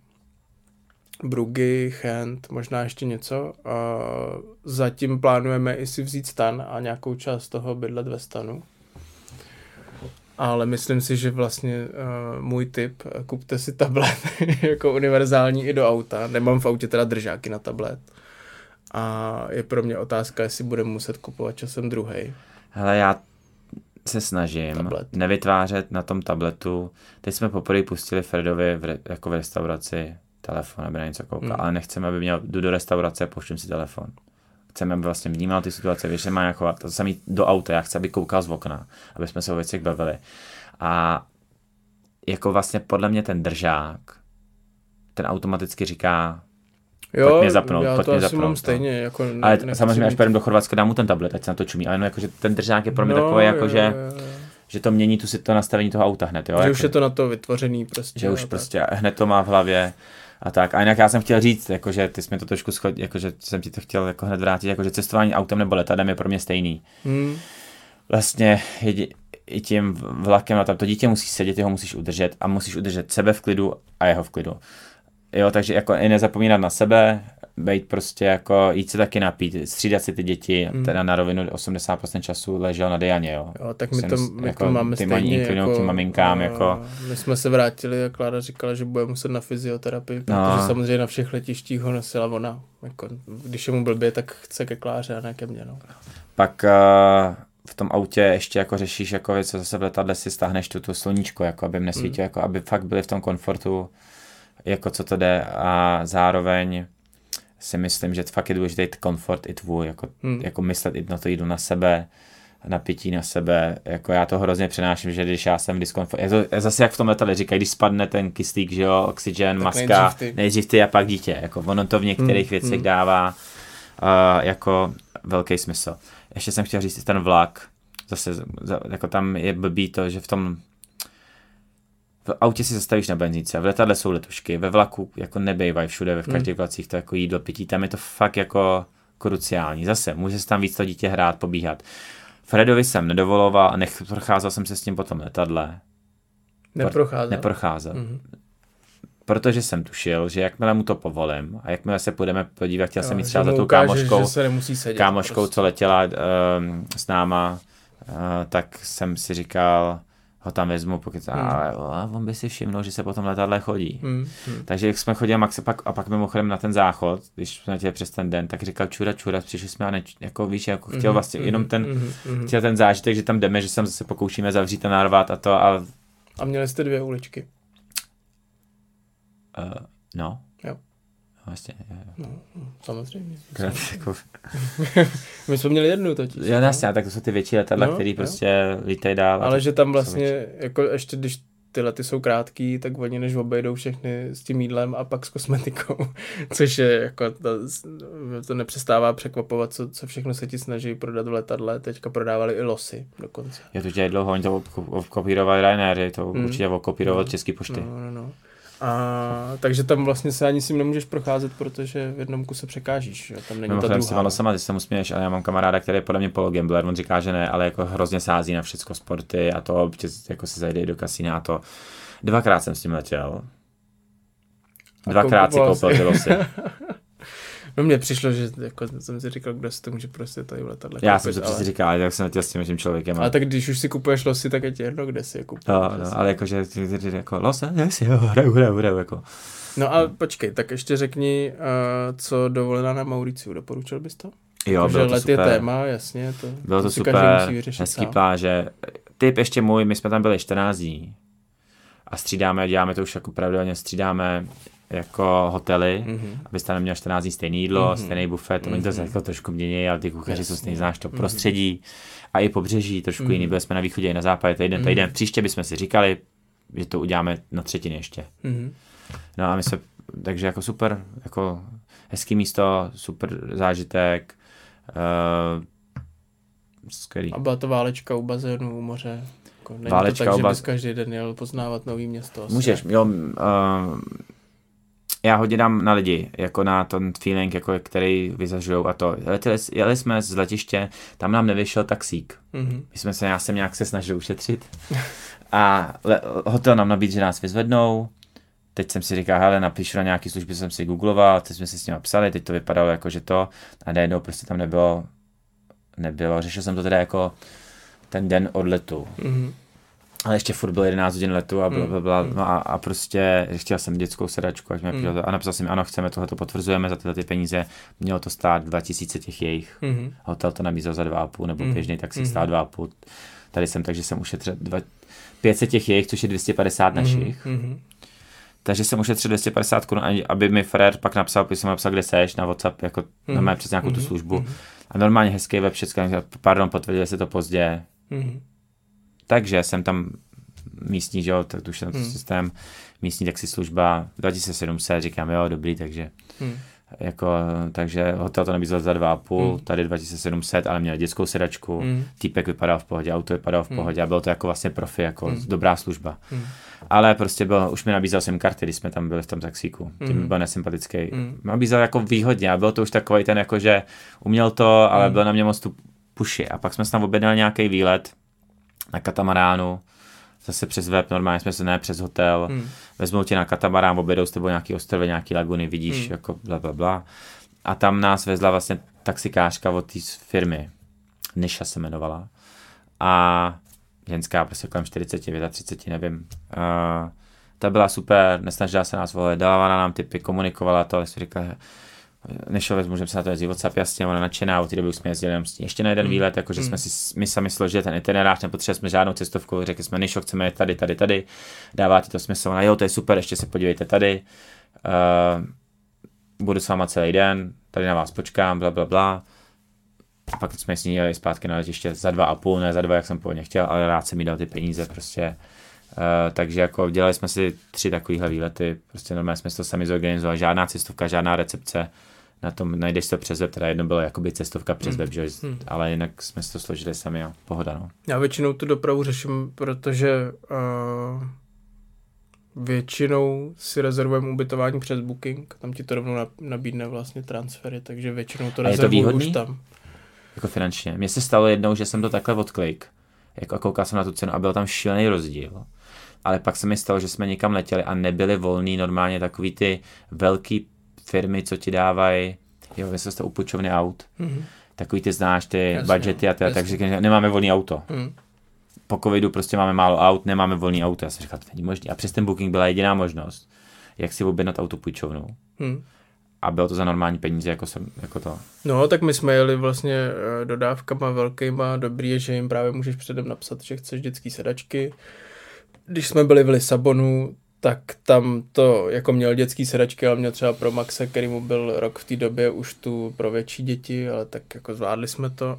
Bruggy, Gent, možná ještě něco. A zatím plánujeme i si vzít stan a nějakou část toho bydlet ve stanu. Ale myslím si, že vlastně uh, můj tip, kupte si tablet jako univerzální i do auta. Nemám v autě teda držáky na tablet. A je pro mě otázka, jestli budeme muset kupovat časem druhej. Hele, já se snažím tablet. nevytvářet na tom tabletu. Teď jsme poprvé pustili Fredovi v re, jako v restauraci telefon, aby na něco koukal, hmm. ale nechceme, aby měl, jdu do restaurace a pouštím si telefon. Chceme, aby vlastně vnímal ty situace, víš, že má jako, to samý do auta, já chci, aby koukal z okna, aby jsme se o věcech bavili. A jako vlastně podle mě ten držák, ten automaticky říká, Jo, pojď mě zapnout, já pojď to mě asi zapnout. mám stejně. Jako ne, Ale nechci samozřejmě, až mít- pojedeme do Chorvatska, dám mu ten tablet, ať se na to čumí. Ale no, jakože ten držák je pro mě No, takový, jako, jo, že, jo, jo. že to mění tu si to nastavení toho auta hned. Jo? Že Jako, už je to na to vytvořený prostě. že a už tak. prostě hned to má v hlavě. A tak. A jinak já jsem chtěl říct, jakože ty jsi mi to trošku schod, jakože jsem ti to chtěl jako hned vrátit, jakože cestování autem nebo letadlem je pro mě stejný. Hmm. Vlastně jedi, i tím vlakem a tam to dítě musí sedět, ty ho musíš udržet a musíš udržet sebe v klidu a jeho v klidu. Jo, takže jako i nezapomínat na sebe, být prostě jako, jít se taky napít, střídat si ty děti, Hmm. teda na rovinu osmdesát procent času ležel na Dianě, jo. Jo, tak my Jsem to, s- my jako to máme ty stejně. maní inklinují Jako, k těm maminkám, a jako- My jsme se vrátili a Klára říkala, že bude muset na fyzioterapii, protože No. samozřejmě na všech letištích ho nosila ona. Jako, když je mu blbě, tak chce ke Kláře a ne ke mně. No. Pak uh, v tom autě ještě jako řešíš, jako věc, co zase v letadle si stáhneš tu, tu sluníčko, jako aby jim nesvítilo, mm. jako aby fakt byli v tom komfortu, jako co to jde a zároveň si myslím, že fakt je důležitý komfort i tvůj, jako, Mm. jako myslet i na to jídlo na sebe, napití na sebe, jako já to hrozně přenáším, že když já jsem v diskomfortu, je to je zase jak v tom letadle říkají, když spadne ten kyslík, že jo, oxygen, Tak maska, nejdřív ty. nejdřív ty a pak dítě, jako ono to v některých Mm, věcech mm. dává uh, jako velký smysl. Ještě jsem chtěl říct ten vlak, zase za, jako tam je blbý to, že v tom v autě si zastavíš na benzínce, v letadle jsou letušky, ve vlaku jako nebejvají všude, v každých vlacích to jako jídlo, pití, tam je to fakt jako kruciální. Zase, může se tam víc to dítě hrát, pobíhat. Fredovi jsem nedovoloval a nech, procházel jsem se s tím po tom letadle. Neprocházel. Neprocházel. Mhm. Protože jsem tušil, že jakmile mu to povolím a jakmile se půjdeme podívat, chtěl jsem jít Jo, třeba že za mu tou ukážeš, kámoškou, že se nemusí sedět. kámoškou, prostě. co letěla um, s náma, uh, tak jsem si říkal, ho tam vezmu, pokud hmm. ale o, on by si všimnul, že se po tom letadle chodí. Hmm. Hmm. Takže jak jsme chodili Max, pak, a pak mimochodem na ten záchod, když jsme letěli přes ten den, tak říkal čura, čura, přišli jsme a ne, jako víš, jako chtěl vlastně Mhm, jenom ten, mhm, mhm. chtěl ten zážitek, že tam jdeme, že se zase pokoušíme zavřít a narvat a to a A měli jste dvě uličky. uh, no. Jo. Vlastně, jo, jo. No, samozřejmě. Krát, jako, My jsme měli jednu totiž. jo, jasně, tak to jsou ty větší letadla, No, které jo. prostě lítají dál. a Ale to- že tam jsou vlastně, jako ještě když ty lety jsou krátký, tak oni než obejdou všechny s tím jídlem a pak s kosmetikou, což je jako, to, to nepřestává překvapovat, co, co všechno se ti snaží prodat v letadle, teďka prodávali i losy dokonce. Je to dělají dlouho, oni to okopírovali Ryanair, to Hmm. určitě okopírovat No. České pošty. No, no, no. A takže tam vlastně se ani s tím nemůžeš procházet, protože v jednom kuse překážíš, že? Tam není ta Mimochodem si druhá. malo sama, ty se mu směješ, ale já mám kamaráda, který je podle mě pologambler, on říká, že ne, ale jako hrozně sází na všecko sporty a to občas jako se zajde i do kasína a to. Dvakrát jsem s tím letěl. Dvakrát si koupoval koupil si. ty losy. No mně přišlo, že jako jsem si říkal, kdo si to může prostě tady v letadle Já koupit, jsem to ale... přesně říkal, ale tak jsem letěl s tím, tím člověkem. Ale tak když už si kupuješ losy, tak je ti jedno, kde si je kupuješ. No, no, ale jakože ty- ty- ty- jako los, yes, jo, hraju, hraju, hraju, jako. No a počkej, tak ještě řekni, uh, co dovolená na Mauriciu, doporučil bys to? Jo, Protože bylo to let je super. téma, jasně. To, Bylo to si každý super, musí vyřešit hezký sám. pláže. Typ ještě můj, my jsme tam byli čtrnáct dní a střídáme, děláme to už jako pravidelně, střídáme jako hotely, Mhm. abyste neměl čtrnáct dní stejné jídlo, Mhm. stejný bufet, to oni to Mhm. jako trošku mění, ale ty kuchaři jsou Jasně. stejný, znáš to Mhm. prostředí a i pobřeží trošku Mhm. jiný, byli jsme na východě i na západě, týden, Mhm. týden, příště bychom si říkali, že to uděláme na třetiny ještě. Mhm. No a my se, takže jako super, jako hezký místo, super zážitek, uh, skvělý. A byla to válečka u bazénu, u moře. Jako, není Válečka to tak, u že baz- bys každý den jel poznávat nový město. Asi. Můžeš, jo, uh, já hodně dám na lidi, jako na ten feeling, jako který vyzažujou a to. Jeli, jeli jsme z letiště, tam nám nevyšel taxík. Mhm. My jsme se, já jsem nějak se snažil ušetřit a le, hotel nám nabídl, že nás vyzvednou. Teď jsem si říkal, hele, napíšu na nějaký služby, jsem si googloval, teď jsme si s tím psali, teď to vypadalo jako, že to a najednou prostě tam nebylo, nebylo, řešil jsem to teda jako ten den odletu. Mhm. Ale ještě furt bylo jedenáct hodin letu a, Mm, byla, byla, mm. no a, a prostě chtěl jsem dětskou sedačku, ať mě Mm. mm. a napsal jsem, ano, chceme tohle, to potvrzujeme za tyhle ty peníze, mělo to stát dva tisíce těch jejich, Mhm. hotel to nabízel za dva a půl, nebo Mm. běžný taxík Mm. stál dva a půl, tady jsem, takže jsem ušetřil dva, pět set těch jejich, což je dvě stě padesát našich, Mhm. takže jsem ušetřil dvě stě padesát korun, aby mi Fred pak napsal, když jsem napsal, kde seš, na WhatsApp, jako Mhm. na mé přes nějakou tu Mhm. službu Mhm. a normálně hezký web, všechno, pardon, potvrdili se to pozdě, Mhm. takže jsem tam místní, že jo, tak už ten Hmm. systém, místní taxislužba, dva tisíce sedm set, říkám, jo, dobrý, takže Hmm. Jako, takže hotel to nabízel za dva a půl, hmm. tady dva tisíce sedm set, ale měl dětskou sedačku, hmm. týpek vypadal v pohodě, auto vypadalo v pohodě hmm. a bylo to jako vlastně profi, jako hmm. dobrá služba. Hmm. Ale prostě byl, už mi nabízel SIM karty, když jsme tam byli v tom taxíku, tím hmm. byl nesympatický. Hmm. Nabízel jako výhodně a byl to už takový ten, jako že uměl to, ale hmm. byl na mě moc tu puši. A pak jsme se tam objednali nějaký výlet na katamaránu, zase přes web, normálně jsme se ne přes hotel, hmm. vezmou tě na katamarán, objedou s tebou nějaký ostrovy, nějaký laguny, vidíš, hmm. jako bla, bla, bla. A tam nás vezla vlastně taxikářka od té firmy, Nisha se jmenovala. A ženská, prostě kolem čtyřicet, třicet pět, nevím. Uh, ta byla super, nesnažila se nás volit, dávala nám tipy, komunikovala to, ale si říkala, Nešel, můžeme se na to jezdit WhatsApp, jasně, ona nadšená, od té doby už jsme jezdili ještě na jeden mm. výlet, jakože mm. jsme si my sami složili ten itinerář, nepotřebovali jsme žádnou cestovku, řekli jsme, Nešo, chceme jít tady, tady, tady, dává ti to smysl, ona, jo, to je super, ještě se podívejte tady, uh, budu s váma celý den, tady na vás počkám, bla, bla, bla. A pak jsme s ní jeli zpátky na letiště za dva a půl, ne za dva, jak jsem původně chtěl, ale rád jsem jí dal ty peníze, prostě. Uh, takže jako dělali jsme si tři takovýhle výlety, prostě normálně jsme si to sami zorganizovali, žádná cestovka, žádná recepce, na tom najdeš to přes web, teda jedno bylo jakoby cestovka přes web, že? Hmm. Ale jinak jsme si to složili sami a pohoda, no. Já většinou tu dopravu řeším, protože uh, většinou si rezervujeme ubytování přes Booking, tam ti to rovnou nabídne vlastně transfery, takže většinou to rezervuju už tam. Jako finančně. Mně se stalo jednou, že jsem to takhle odklik, jako a koukal jsem na tu cenu a byl tam šílený rozdíl. Ale pak se mi stalo, že jsme někam letěli a nebyly volný normálně takový ty velký firmy, co ti dávají, jo, jestli jste u půjčovny aut, mm-hmm. takový ty znáš, ty jasně, budgety a teda, takže nemáme volný auto. Mm. Po covidu prostě máme málo aut, nemáme volný auto. Já jsem říkal, to není možné. A přes ten Booking byla jediná možnost, jak si objednat auto půjčovnou. Mm. A bylo to za normální peníze, jako, jsem, jako to. No, tak my jsme jeli vlastně dodávkama velkýma, dobrý je, že jim právě můžeš předem napsat, že chceš dětský sedačky. Když jsme byli v Lisabonu, tak tam to jako měl dětský sedačky, ale měl třeba pro Maxe, který mu byl rok v té době, už tu pro větší děti, ale tak jako zvládli jsme to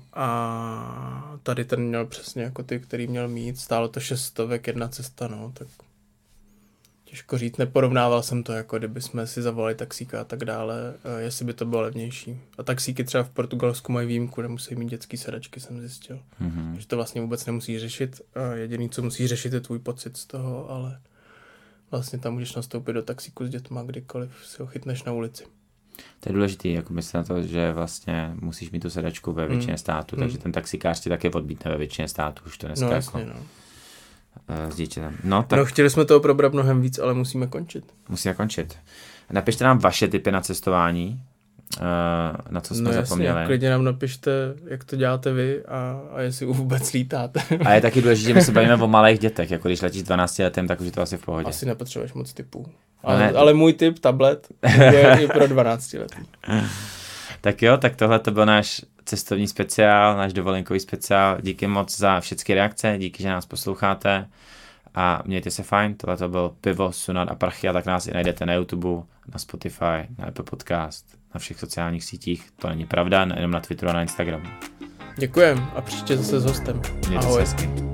a tady ten měl přesně jako ty, který měl mít, stálo to šest stovek, jedna cesta, no, tak těžko říct, neporovnával jsem to, jako kdyby jsme si zavolali taxíka a tak dále, jestli by to bylo levnější. A taxíky třeba v Portugalsku mají výjimku, nemusí mít dětský sedačky, jsem zjistil. Mm-hmm. Že to vlastně vůbec nemusí řešit. A jediný, co musí řešit, je tvůj pocit z toho, ale vlastně tam můžeš nastoupit do taxíku s dětma, kdykoliv si ho chytneš na ulici. To je důležitý, jako myslet na to, že vlastně musíš mít tu sedačku ve většině mm. států, takže mm. ten taxikář ti taky odbítne ve většině států, už to dneska no, jasně, jako... No. S dítětem. No, tak... no, chtěli jsme toho probrat mnohem víc, ale musíme končit. Musíme končit. Napište nám vaše tipy na cestování, na co jsme no, zapomněli. Jasně, klidně nám napište, jak to děláte vy a, a jestli vůbec lítáte. A je taky důležité, že my se bavíme o malých dětech, jako když letíš dvanácti letem, tak už je to asi v pohodě. Asi nepotřebuješ moc tipů. Ale, no ale můj tip, tablet, je i pro dvanáctiletý. Tak jo, tak tohle to byl náš cestovní speciál, náš dovolenkový speciál. Díky moc za všechny reakce, díky, že nás posloucháte a mějte se fajn. Tohle to byl Pivo, Sunat a Prachy a tak nás i najdete na YouTube, na Spotify, na Apple Podcast, na všech sociálních sítích. To není pravda, jenom na Twitteru a na Instagramu. Děkujem a příště zase s hostem. Mějte Ahoj. se hezky.